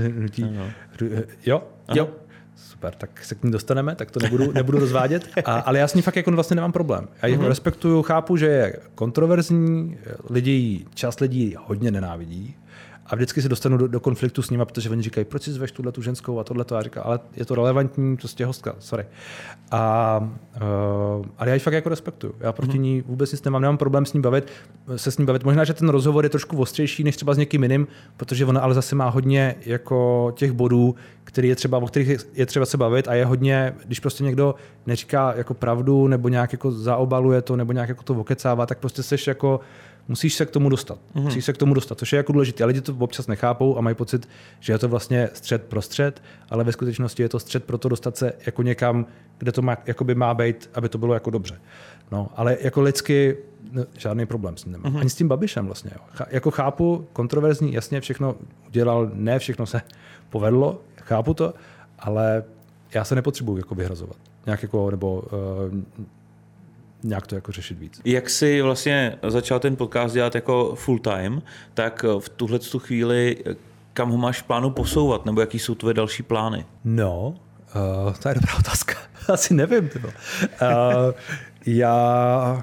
Jo, jo. Super, tak se k ní dostaneme, tak to nebudu, nebudu rozvádět, a, ale já s ní fakt jako vlastně nemám problém. Já ji mm-hmm. respektuju, chápu, že je kontroverzní, lidi, část lidí hodně nenávidí, a vždycky se dostanu do, do konfliktu s nimi, protože oni říkají, proč si zveš tuhle tu ženskou a tohleto. A říká, ale je to relevantní, prostě hostka, sorry. A, uh, ale já ji fakt jako respektuju. Já proti mm. ní vůbec nic nemám, nemám problém s ní bavit, se s ní bavit. Možná, že ten rozhovor je trošku ostřejší než třeba s někým jiným, protože ona ale zase má hodně jako těch bodů, který je třeba, o kterých je třeba se bavit a je hodně, když prostě někdo neříká jako pravdu nebo nějak jako zaobaluje to nebo nějak jako to okecává, tak prostě seš jako musíš se k tomu dostat. Mm-hmm. Musíš se k tomu dostat, což je jako důležité. A lidi to občas nechápou a mají pocit, že je to vlastně střed pro střed, ale ve skutečnosti je to střed pro to dostat se jako někam, kde to má, jakoby má být, aby to bylo jako dobře. No, ale jako lidsky no, žádný problém s ním nemám. Mm-hmm. Ani s tím Babišem vlastně. Jo. Ch- jako chápu, kontroverzní, jasně všechno udělal, ne všechno se povedlo, chápu to, ale já se nepotřebuji jako vyhrazovat. Nějak jako, nebo uh, nějak to jako řešit víc. Jak jsi vlastně začal ten podcast dělat jako full time, tak v tuhle tu chvíli kam ho máš v plánu posouvat, nebo jaký jsou tvoje další plány? No, uh, to je dobrá otázka. Asi nevím. Uh, já...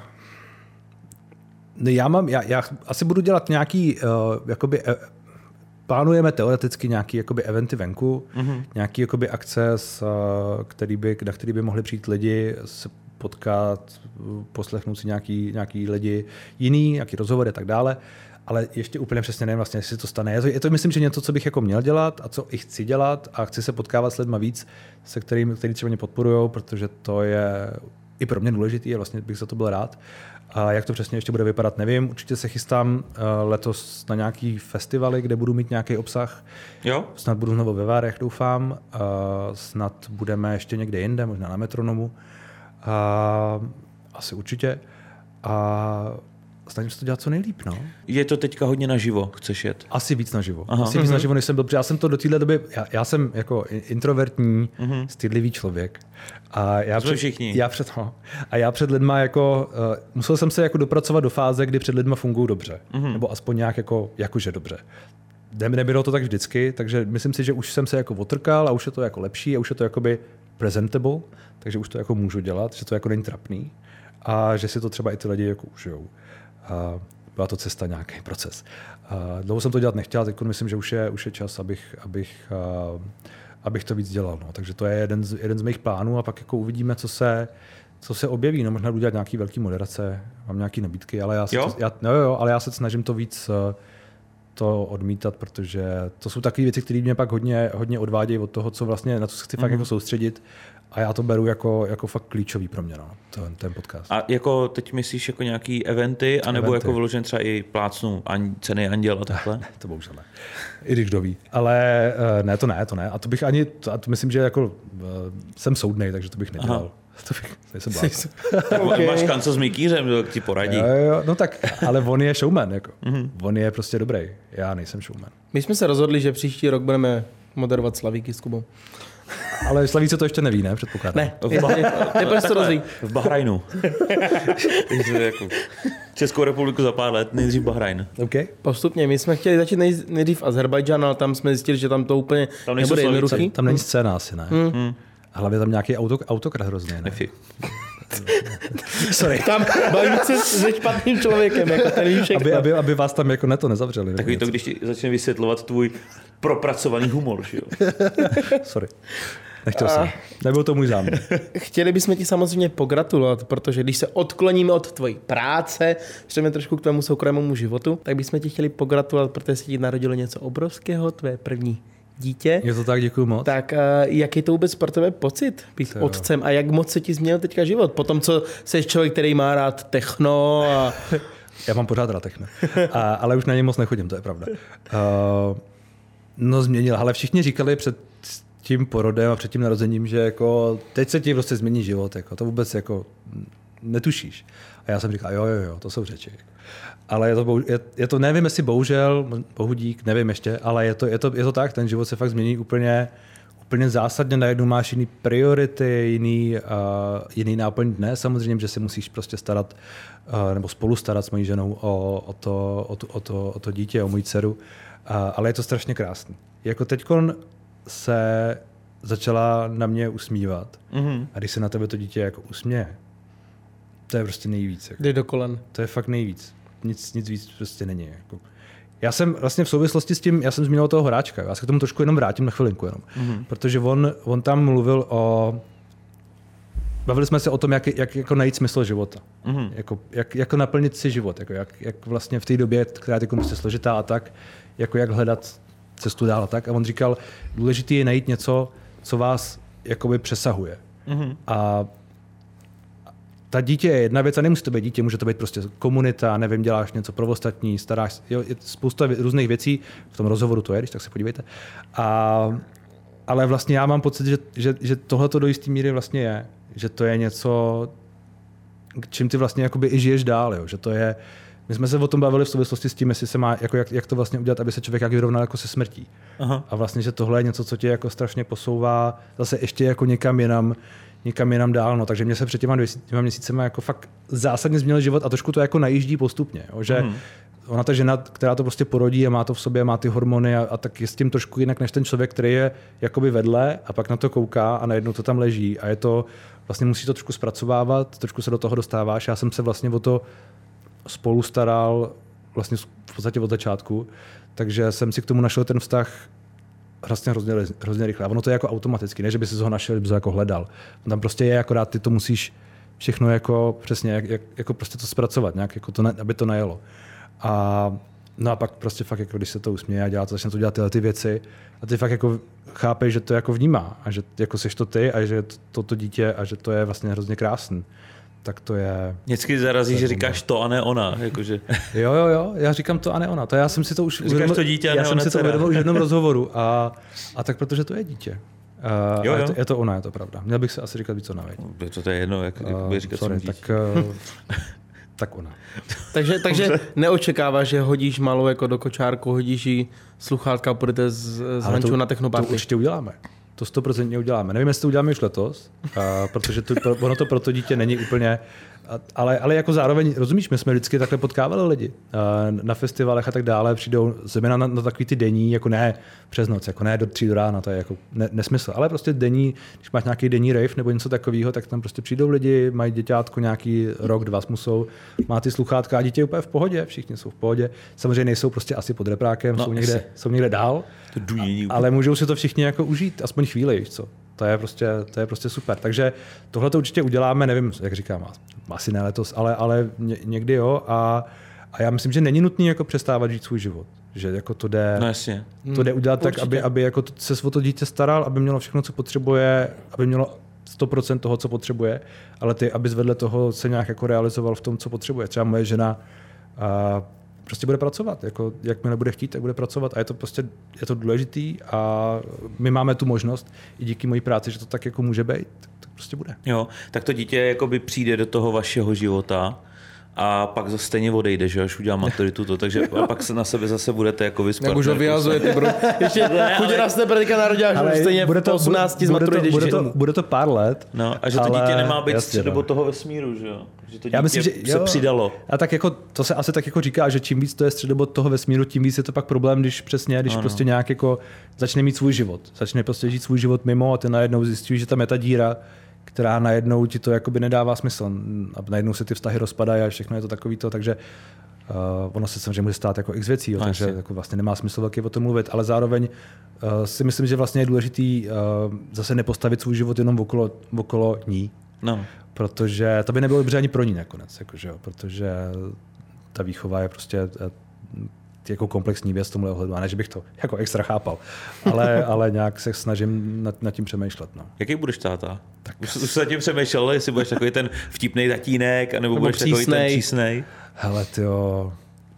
No já mám, já, já asi budu dělat nějaký, uh, jakoby, uh, plánujeme teoreticky nějaký jakoby eventy venku, mm-hmm. nějaký jakoby akce, s, uh, který by, na který by mohli přijít lidi, se potkat, poslechnout si nějaký, nějaký lidi jiný, nějaký rozhovory a tak dále, ale ještě úplně přesně nevím vlastně, jestli to stane. Je to, je to myslím, že něco, co bych jako měl dělat a co i chci dělat a chci se potkávat s lidma víc, se kterými, který třeba mě podporujou, protože to je i pro mě důležitý a vlastně bych za to byl rád. A jak to přesně ještě bude vypadat, nevím. Určitě se chystám uh, letos na nějaký festivaly, kde budu mít nějaký obsah. Jo? Snad budu znovu ve Várech, doufám. Uh, snad budeme ještě někde jinde, možná na Metronomu. Uh, asi určitě. A snažím se to dělat co nejlíp. No. Je to teďka hodně naživo, chceš jet? Asi víc naživo. Aha. Asi víc naživo, než jsem byl, protože já jsem to do téhle doby, já, já jsem jako introvertní, uh-huh. stydlivý člověk. A já před, všichni. Já před, no, a já před lidma jako, uh, musel jsem se jako dopracovat do fáze, kdy před lidma fungují dobře. Uh-huh. Nebo aspoň nějak jako, jakože dobře. Nebylo to tak vždycky, takže myslím si, že už jsem se jako otrkal a už je to jako lepší a už je to jakoby presentable, takže už to jako můžu dělat, že to jako není trapný a že si to třeba i ty lidi jako užijou. A byla to cesta, nějaký proces. A dlouho jsem to dělat nechtěl, teď myslím, že už je, už je čas, abych, abych, a, abych to víc dělal. No. Takže to je jeden z, jeden z mých plánů a pak jako uvidíme, co se, co se objeví. No, možná budu dělat nějaký velký moderace, mám nějaké nabídky, ale já se, jo? Já, no, jo, ale já se snažím to víc to odmítat, protože to jsou takové věci, které mě pak hodně, hodně odvádějí od toho, co vlastně, na co se chci mm-hmm. fakt jako soustředit. A já to beru jako, jako fakt klíčový pro mě, no, ten, ten podcast. A jako teď myslíš jako nějaký eventy, anebo eventy. Jako vyložen třeba i plácnu an, ceny Anděl a takhle? Ne, to bohužel ne. I když kdo ví. Ale ne, to ne, to ne. A to bych ani, to, a to myslím, že jako jsem soudnej, takže to bych nedělal. Aha. To bych, nejsem blázen. Okay. Máš kanco s Mikýřem, to ti poradí. Jo, jo, no tak, ale on je showman, jako. Mm-hmm. On je prostě dobrý. Já nejsem showman. My jsme se rozhodli, že příští rok budeme moderovat Slavíky s Kubou. Ale Slavíce to ještě neví, ne? Předpokládám. Ne, teprve se to dozví. V Bahrajnu. jako Českou republiku za pár let, nejdřív Bahrajn. Okay. Postupně, my jsme chtěli začít nej, nejdřív Azerbajdžán, ale tam jsme zjistili, že tam to úplně tam nebude jednoduchý. Tam není scéna asi, ne? Hmm. Hmm. A hlavně tam nějaký auto, autokrat hrozný, ne? Nefi. Sorry. Tam bavíme se se špatným člověkem, jako ten ví všechno. Aby, aby, aby vás tam jako neto nezavřeli. Takový to, když ti začne vysvětlovat tvůj propracovaný humor, že jo? Sorry. Nechtěl jsem. Nebyl to můj záměr. Chtěli bychom ti samozřejmě pogratulovat, protože když se odkloníme od tvojí práce, přejdeme trošku k tvému soukromému životu, tak bychom ti chtěli pogratulovat, protože se ti narodilo něco obrovského, tvé první dítě. Je to tak, děkuju moc. Tak uh, jaký to vůbec pro tebe pocit být to otcem a jak moc se ti změnil teďka život? Potom, co jsi člověk, který má rád techno a... Já mám pořád rád techno, a, ale už na něj moc nechodím, to je pravda. Uh, no změnil, ale všichni říkali před tím porodem a před tím narozením, že jako teď se ti prostě změní život, jako to vůbec jako netušíš. A já jsem říkal, jo, jo, jo, to jsou řeči. Ale je to, je, je to, nevím, jestli bohužel, bohu dík, nevím ještě, ale je to, je to, je to tak, ten život se fakt změní úplně, úplně zásadně, najednou máš jiný priority, jiný, uh, jiný náplň dne, samozřejmě, že se musíš prostě starat, uh, nebo spolu starat s mojí ženou o, o, to, o, to, o, to, o to dítě, o moji dceru, uh, ale je to strašně krásný. Jako teďkon se začala na mě usmívat mm-hmm. a když se na tebe to dítě jako usměje, to je prostě nejvíc. Jako. Jde do kolen. To je fakt nejvíc. Nic, nic víc prostě není. Jako. Já jsem vlastně v souvislosti s tím, já jsem zmínil toho Horáčka, já se k tomu trošku jenom vrátím na chvilinku jenom, mm-hmm. protože on, on tam mluvil o, bavili jsme se o tom, jak, jak jako najít smysl života, mm-hmm. jako, jak, jak naplnit si život, jako jak, jak vlastně v té době, která je jako prostě složitá a tak, jako jak hledat cestu dál a tak. A on říkal, důležité je najít něco, co vás jakoby přesahuje. Mm-hmm. A ta dítě je jedna věc a nemusí to být dítě, může to být prostě komunita, nevím, děláš něco pro ostatní, staráš, jo, je spousta různých věcí, v tom rozhovoru to je, když tak se podívejte. A, ale vlastně já mám pocit, že, že, že tohleto do jisté míry vlastně je, že to je něco, čím ty vlastně jakoby i žiješ dál, jo, že to je, my jsme se o tom bavili v souvislosti s tím, jestli se má, jako jak, jak to vlastně udělat, aby se člověk jak vyrovnal jako se smrtí. Aha. A vlastně, že tohle je něco, co tě jako strašně posouvá zase ještě jako někam jinam, někam jinam dál. No. Takže mě se před těma dvěma měsícema jako fakt zásadně změnil život a trošku to jako najíždí postupně. Jo, že mm. ona ta žena, která to prostě porodí a má to v sobě, má ty hormony a, a tak je s tím trošku jinak než ten člověk, který je jakoby vedle a pak na to kouká a najednou to tam leží a je to, vlastně musí to trošku zpracovávat, trošku se do toho dostáváš. Já jsem se vlastně o to spolu staral vlastně v podstatě od začátku, takže jsem si k tomu našel ten vztah vlastně hrozně, hrozně rychle. A ono to je jako automaticky, ne, že by si ho našel, by ho jako hledal. On tam prostě je, akorát ty to musíš všechno jako přesně, jak, jak, jako prostě to zpracovat, nějak, jako to, aby to najelo. A, no a pak prostě fakt, jako když se to usměje a dělá to, začne to dělat tyhle ty věci a ty fakt jako chápeš, že to jako vnímá a že jako seš to ty a že to, to, to dítě a že to je vlastně hrozně krásný. Tak to je... Vždycky zarazí, že říkáš to a ne ona. Jakože... Jo, jo, jo, já říkám to a ne ona. To já jsem si to už... Říkáš uvědomil, to dítě a ne já ona jsem si to uvědomil už v jednom rozhovoru a, a tak protože to je dítě. Uh, jo, jo. Je, to, je to ona, je to pravda. Měl bych se asi říkat víc ona, veď. To, to je jedno, jak, jak uh, říkat sorry, tak, uh, tak ona. takže, takže neočekáváš, že hodíš malou jako do kočárku, hodíš jí sluchátka a půjdete z, z Hančů na technoparty. To určitě uděláme. To stoprocentně uděláme. Nevím, jestli to uděláme už letos, uh, protože to, ono to pro to dítě není úplně... Ale, ale jako zároveň, rozumíš, my jsme vždycky takhle potkávali lidi uh, na festivalech a tak dále, přijdou zejména na, na takový ty denní, jako ne přes noc, jako ne do tří do rána, to je jako ne, nesmysl, ale prostě denní, když máš nějaký denní rave nebo něco takového, tak tam prostě přijdou lidi, mají děťátko nějaký rok, dva smusou, má ty sluchátka a dítě je úplně v pohodě, všichni jsou v pohodě, samozřejmě nejsou prostě asi pod reprákem, no, jsou, někde, jsou někde dál, to dují, ale můžou si to všichni jako užít, aspoň chvíli, víš co. To je, prostě, to je prostě super. Takže tohle to určitě uděláme, nevím, jak říkám, asi ne letos, ale, ale někdy jo. A, a já myslím, že není nutný jako přestávat žít svůj život. Že jako to jde, no jasně. To jde udělat určitě. Tak, aby, aby jako se o to dítě staral, aby mělo všechno, co potřebuje, aby mělo sto procent toho, co potřebuje, ale ty, aby vedle toho se nějak jako realizoval v tom, co potřebuje. Třeba moje žena a, prostě bude pracovat. Jako, jakmile bude chtít, tak bude pracovat a je to prostě je to důležitý a my máme tu možnost i díky mojí práci, že to tak jako může být, tak to prostě bude. Jo, tak to dítě jakoby přijde do toho vašeho života a pak zase stejně odejde, že až udělá maturitu to, takže a pak se na sebe zase budete jako vy s Jak už ho vyhazujete, bro. Ještě chudě nás tebe teďka narodila, že už stejně bude to, v osmnácti z matury bude, to, bude to pár let. No, a že to ale, dítě nemá být jasně, středobo no. toho vesmíru, že jo? Že to dítě Já myslím, že se jo. přidalo. A tak jako, to se asi tak jako říká, že čím víc to je středobod toho vesmíru, tím víc je to pak problém, když přesně, když ano. prostě nějak jako začne mít svůj život. Začne prostě žít svůj život mimo a ty najednou zjistíš, že tam je ta díra, která najednou ti to jakoby nedává smysl. A najednou se ty vztahy rozpadají a všechno je to takový to, takže uh, ono se samozřejmě může stát jako x věcí, jo, takže jako vlastně nemá smysl velký o tom mluvit, ale zároveň uh, si myslím, že vlastně je důležitý uh, zase nepostavit svůj život jenom okolo, okolo ní. No. Protože to by nebylo dobře ani pro ní nakonec, jakože, jo, protože ta výchova je prostě jako komplexní věc tomhle ohledu, a ne, že bych to jako extra chápal, ale, ale nějak se snažím nad, nad tím přemýšlet. No. Jaký budeš táta? Tak. Už, už se nad tím přemýšlel, jestli budeš takový ten vtipnej tatínek, anebo nebo budeš přísnej. Takový ten přísnej? Hele, tyjo,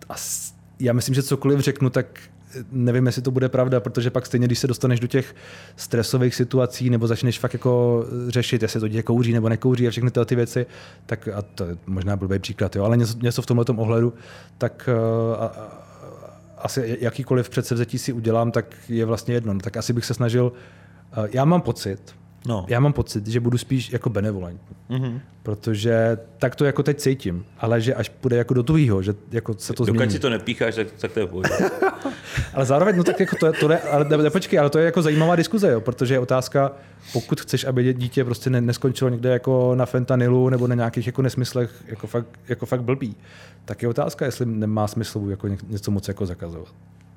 já myslím, že cokoliv řeknu, tak nevím, jestli to bude pravda, protože pak stejně, když se dostaneš do těch stresových situací nebo začneš fakt jako řešit, jestli to dítě kouří nebo nekouří a všechny tyhle ty věci, tak a to je možná blbý příklad, jo, ale něco, něco v tomhletom ohledu, tak a, a, asi jakýkoliv předsevzetí si udělám, tak je vlastně jedno. No, tak asi bych se snažil, já mám pocit, No. Já mám pocit, že budu spíš jako benevolentní, mm-hmm. protože tak to jako teď cítím, ale že až půjde jako do tuhýho, že jako se to změní. Dokud si to nepícháš, tak, tak to je pohodě. Ale zároveň, no tak jako to je, to je ale ne, počkej, ale to je jako zajímavá diskuze, jo, protože je otázka, pokud chceš, aby dítě prostě ne, neskončilo někde jako na fentanylu nebo na nějakých jako nesmyslech jako fakt, jako fakt blbý, tak je otázka, jestli nemá smysl jako něco moc jako zakazovat.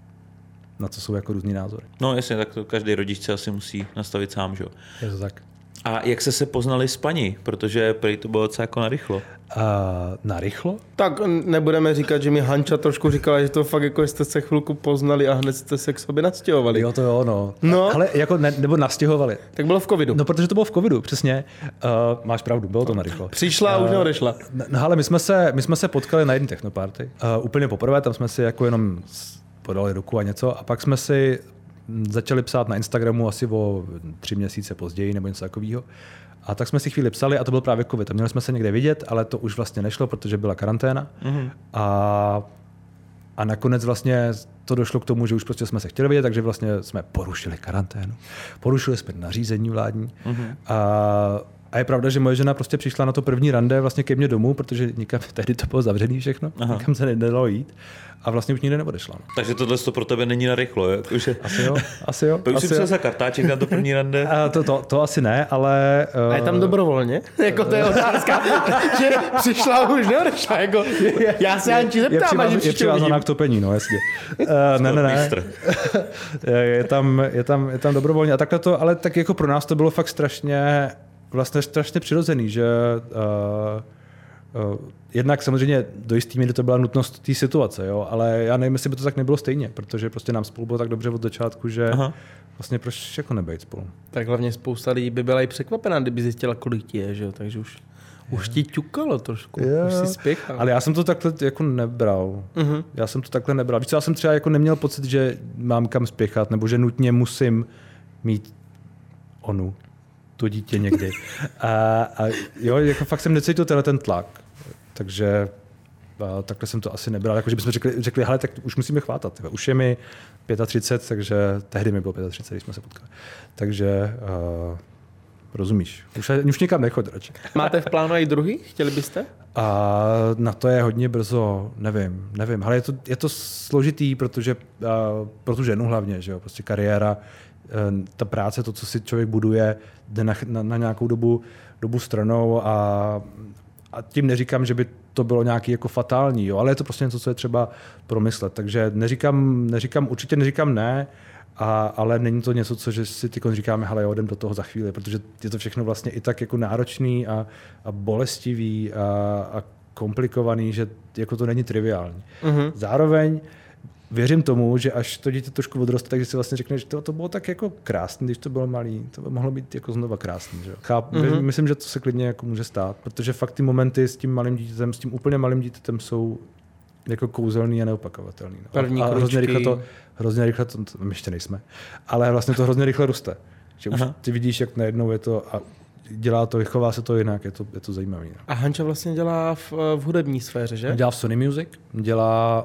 Na co jsou jako různý názory. No jasně, tak to každý rodič se asi musí nastavit sám, že jo. Je to tak. A jak se se poznali s paní? Protože prý to bylo docela jako narychlo. Uh, narychlo? Tak nebudeme říkat, že mi Hanča trošku říkala, že to fakt jako jste se chvilku poznali a hned jste se k sobě nastěhovali. Jo, to jo, no. no. Ale jako ne, nebo nastěhovali. Tak bylo v covidu. No, protože to bylo v covidu, přesně. Uh, máš pravdu, bylo to narychlo. Přišla a uh, už neodešla. No, ale my jsme se, my jsme se potkali na jedné technoparty. Uh, úplně poprvé, tam jsme si jako jenom podali ruku a něco a pak jsme si začali psát na Instagramu asi o tři měsíce později nebo něco takového. A tak jsme si chvíli psali a to byl právě covid. A měli jsme se někde vidět, ale to už vlastně nešlo, protože byla karanténa. Mm-hmm. A, a nakonec vlastně to došlo k tomu, že už prostě jsme se chtěli vidět, takže vlastně jsme porušili karanténu. Porušili jsme nařízení vládní. Mm-hmm. A, a je pravda, že moje žena prostě přišla na to první rande vlastně ke mně domů, protože nikam, tehdy to bylo zavřený všechno, Aha. nikam se nedalo jít. A vlastně už nikde neodešla. No. Takže tohle to pro tebe není narychlo, jakože... Asi jo, asi jo. To už si přes za kartáček na to první rande? A to, to, to asi ne, ale... Uh... A je tam dobrovolně? Jako to je otázka, že přišla a už neodešla. Jako, já se Anči zeptám, a že příště Je přivázaná k topení, no jasně. Uh, ne, ne, ne. je, tam, je, tam, je tam dobrovolně. A takhle to, ale tak jako pro nás to bylo fakt strašně, vlastně strašně přirozený, že... Uh, Uh, jednak samozřejmě do jistý míry to byla nutnost té situace, jo? Ale já nevím, jestli by to tak nebylo stejně, protože prostě nám spolu bylo tak dobře od začátku, že Aha. vlastně proč jako nebejt spolu. Tak hlavně spousta lidí by byla i překvapená, kdyby zjistila, kolik ti je, že jo? Takže už, už ti ťukalo trošku, je. Už si spěchal. Ale já jsem to takhle jako nebral. Uh-huh. Já jsem to takhle nebral. Víš co, já jsem třeba jako neměl pocit, že mám kam spěchat, nebo že nutně musím mít onu. To dítě někdy. A, a jo, jako fakt jsem necítil tenhle ten tlak. Takže a, takhle jsem to asi nebral. Jako, že bychom řekli, řekli, hele, tak už musíme chvátat. Tyba. Už je mi třicet pět, takže tehdy mi bylo třicet pět, když jsme se potkali. Takže a, rozumíš. Už, už nikam nechod radši. Máte v plánu i druhý? Chtěli byste? A na to je hodně brzo, nevím, nevím. Ale je to, je to složitý, protože a, pro tu ženu hlavně, že jo, prostě kariéra, ta práce, to, co si člověk buduje, jde na, na, na nějakou dobu, dobu stranou a, a tím neříkám, že by to bylo nějaký jako fatální, jo, ale je to prostě něco, co je třeba promyslet. Takže neříkám, neříkám určitě neříkám ne, a, ale není to něco, co že si tyko říkáme, hele, jo, jdem do toho za chvíli, protože je to všechno vlastně i tak jako náročný a, a bolestivý a, a komplikovaný, že jako to není triviální. Mm-hmm. Zároveň věřím tomu, že až to dítě trošku odroste, takže si vlastně řekne, že to, to bylo tak jako krásný, když to bylo malý, to by mohlo být jako znova krásný. Že? Cháp, mm-hmm. Myslím, že to se klidně jako může stát, protože fakt ty momenty s tím malým dítětem, s tím úplně malým dítětem jsou jako kouzelný a neopakovatelný. No. První a hrozně rychle to, hrozně rychle to, to, my ještě nejsme, ale vlastně to hrozně rychle roste. Že už ty vidíš, jak najednou je to, a dělá to, chová se to jinak, je to, je to zajímavé. A Hanča vlastně dělá v, v hudební sféře, že? Dělá v Sony Music, dělá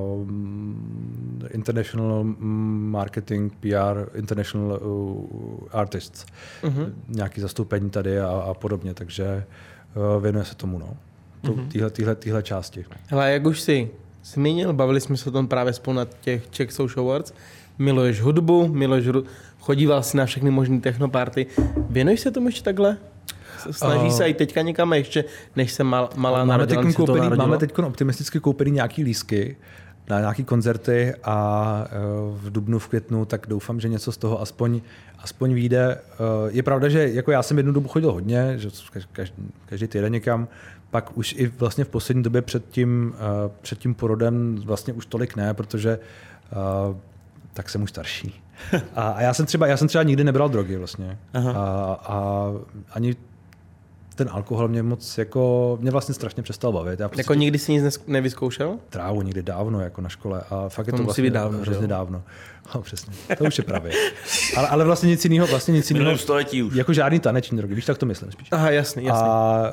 um, international marketing, P R, international uh, artists, uh-huh. nějaký zastoupení tady a, a podobně, takže uh, věnuje se tomu, no. To, uh-huh. týhle, týhle, týhle části. Hele, jak už si zmínil, bavili jsme se o tom právě spolu na těch Czech Social Awards, miluješ hudbu, miluješ hudbu, chodíval si na všechny možné technoparty. Věnuješ se tomu ještě takhle? Snaží uh, se i teďka někam ještě, než se mal, malá narodila? Máme teď optimisticky koupený nějaký lístky na nějaký koncerty a uh, v dubnu, v květnu, tak doufám, že něco z toho aspoň, aspoň vyjde. Uh, je pravda, že jako já jsem jednu dobu chodil hodně, že každý, každý týden někam, pak už i vlastně v poslední době před tím, uh, před tím porodem vlastně už tolik ne, protože uh, tak jsem už starší. A, a já jsem třeba, já jsem třeba nikdy nebral drogy vlastně. A, a ani ten alkohol mě moc jako, mě vlastně strašně přestal bavit. Já jako nikdy jsi nic nevyzkoušel? Trávu nikdy dávno, jako na škole. A fakt je to, to vlastně dávno, hrozně dávno. No, přesně. To už je pravě. Ale, ale vlastně nic jiného, vlastně nic jiného. století už. Jako žádný taneční drogy, víš, tak to myslím spíš. Aha, jasný, jasný. A,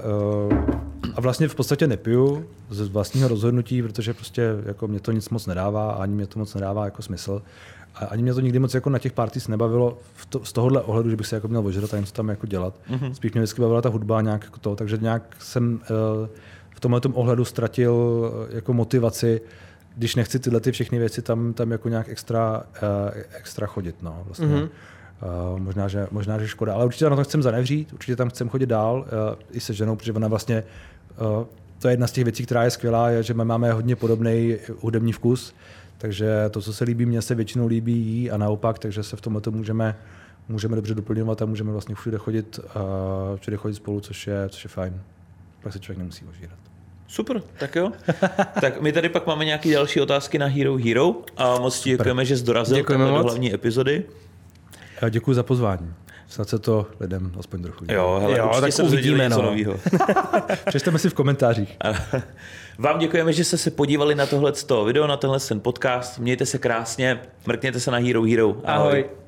a vlastně v podstatě nepiju z vlastního rozhodnutí, protože prostě jako mě to nic moc nedává, ani mě to moc nedává jako smysl. A ani mě to nikdy moc jako na těch parties nebavilo v to, z tohohle ohledu, že bych se jako měl ožrat a něco tam jako dělat. Mm-hmm. Spíš mě vždycky bavila ta hudba nějak jako to, takže nějak jsem uh, v tomhletom ohledu ztratil uh, jako motivaci, když nechci tyhle ty všechny věci tam, tam jako nějak extra, uh, extra chodit. No, vlastně. Mm-hmm. Uh, možná, že, možná, že škoda, ale určitě na to chcem zanevřít, určitě tam chcem chodit dál uh, i se ženou, protože ona vlastně, uh, to je jedna z těch věcí, která je skvělá, je, že my máme hodně podobný hudební vkus. Takže to, co se líbí mně, se většinou líbí jí a naopak, takže se v tomhle můžeme, můžeme dobře doplňovat a můžeme vlastně všude chodit, uh, všude chodit spolu, což je, což je fajn. Pak se člověk nemusí ožírat. Super, tak jo. Tak my tady pak máme nějaké další otázky na Hero Hero a moc ti děkujeme, že jsi dorazil do hlavní epizody. Děkuji za pozvání. Snad se to lidem aspoň trochu dělá. Jo, hele, jo tak se uvidíme, něco no. novýho. Přečteme si v komentářích. Vám děkujeme, že jste se podívali na tohleto video, na tenhle ten podcast. Mějte se krásně, mrkněte se na Hero Hero. Ahoj. Ahoj.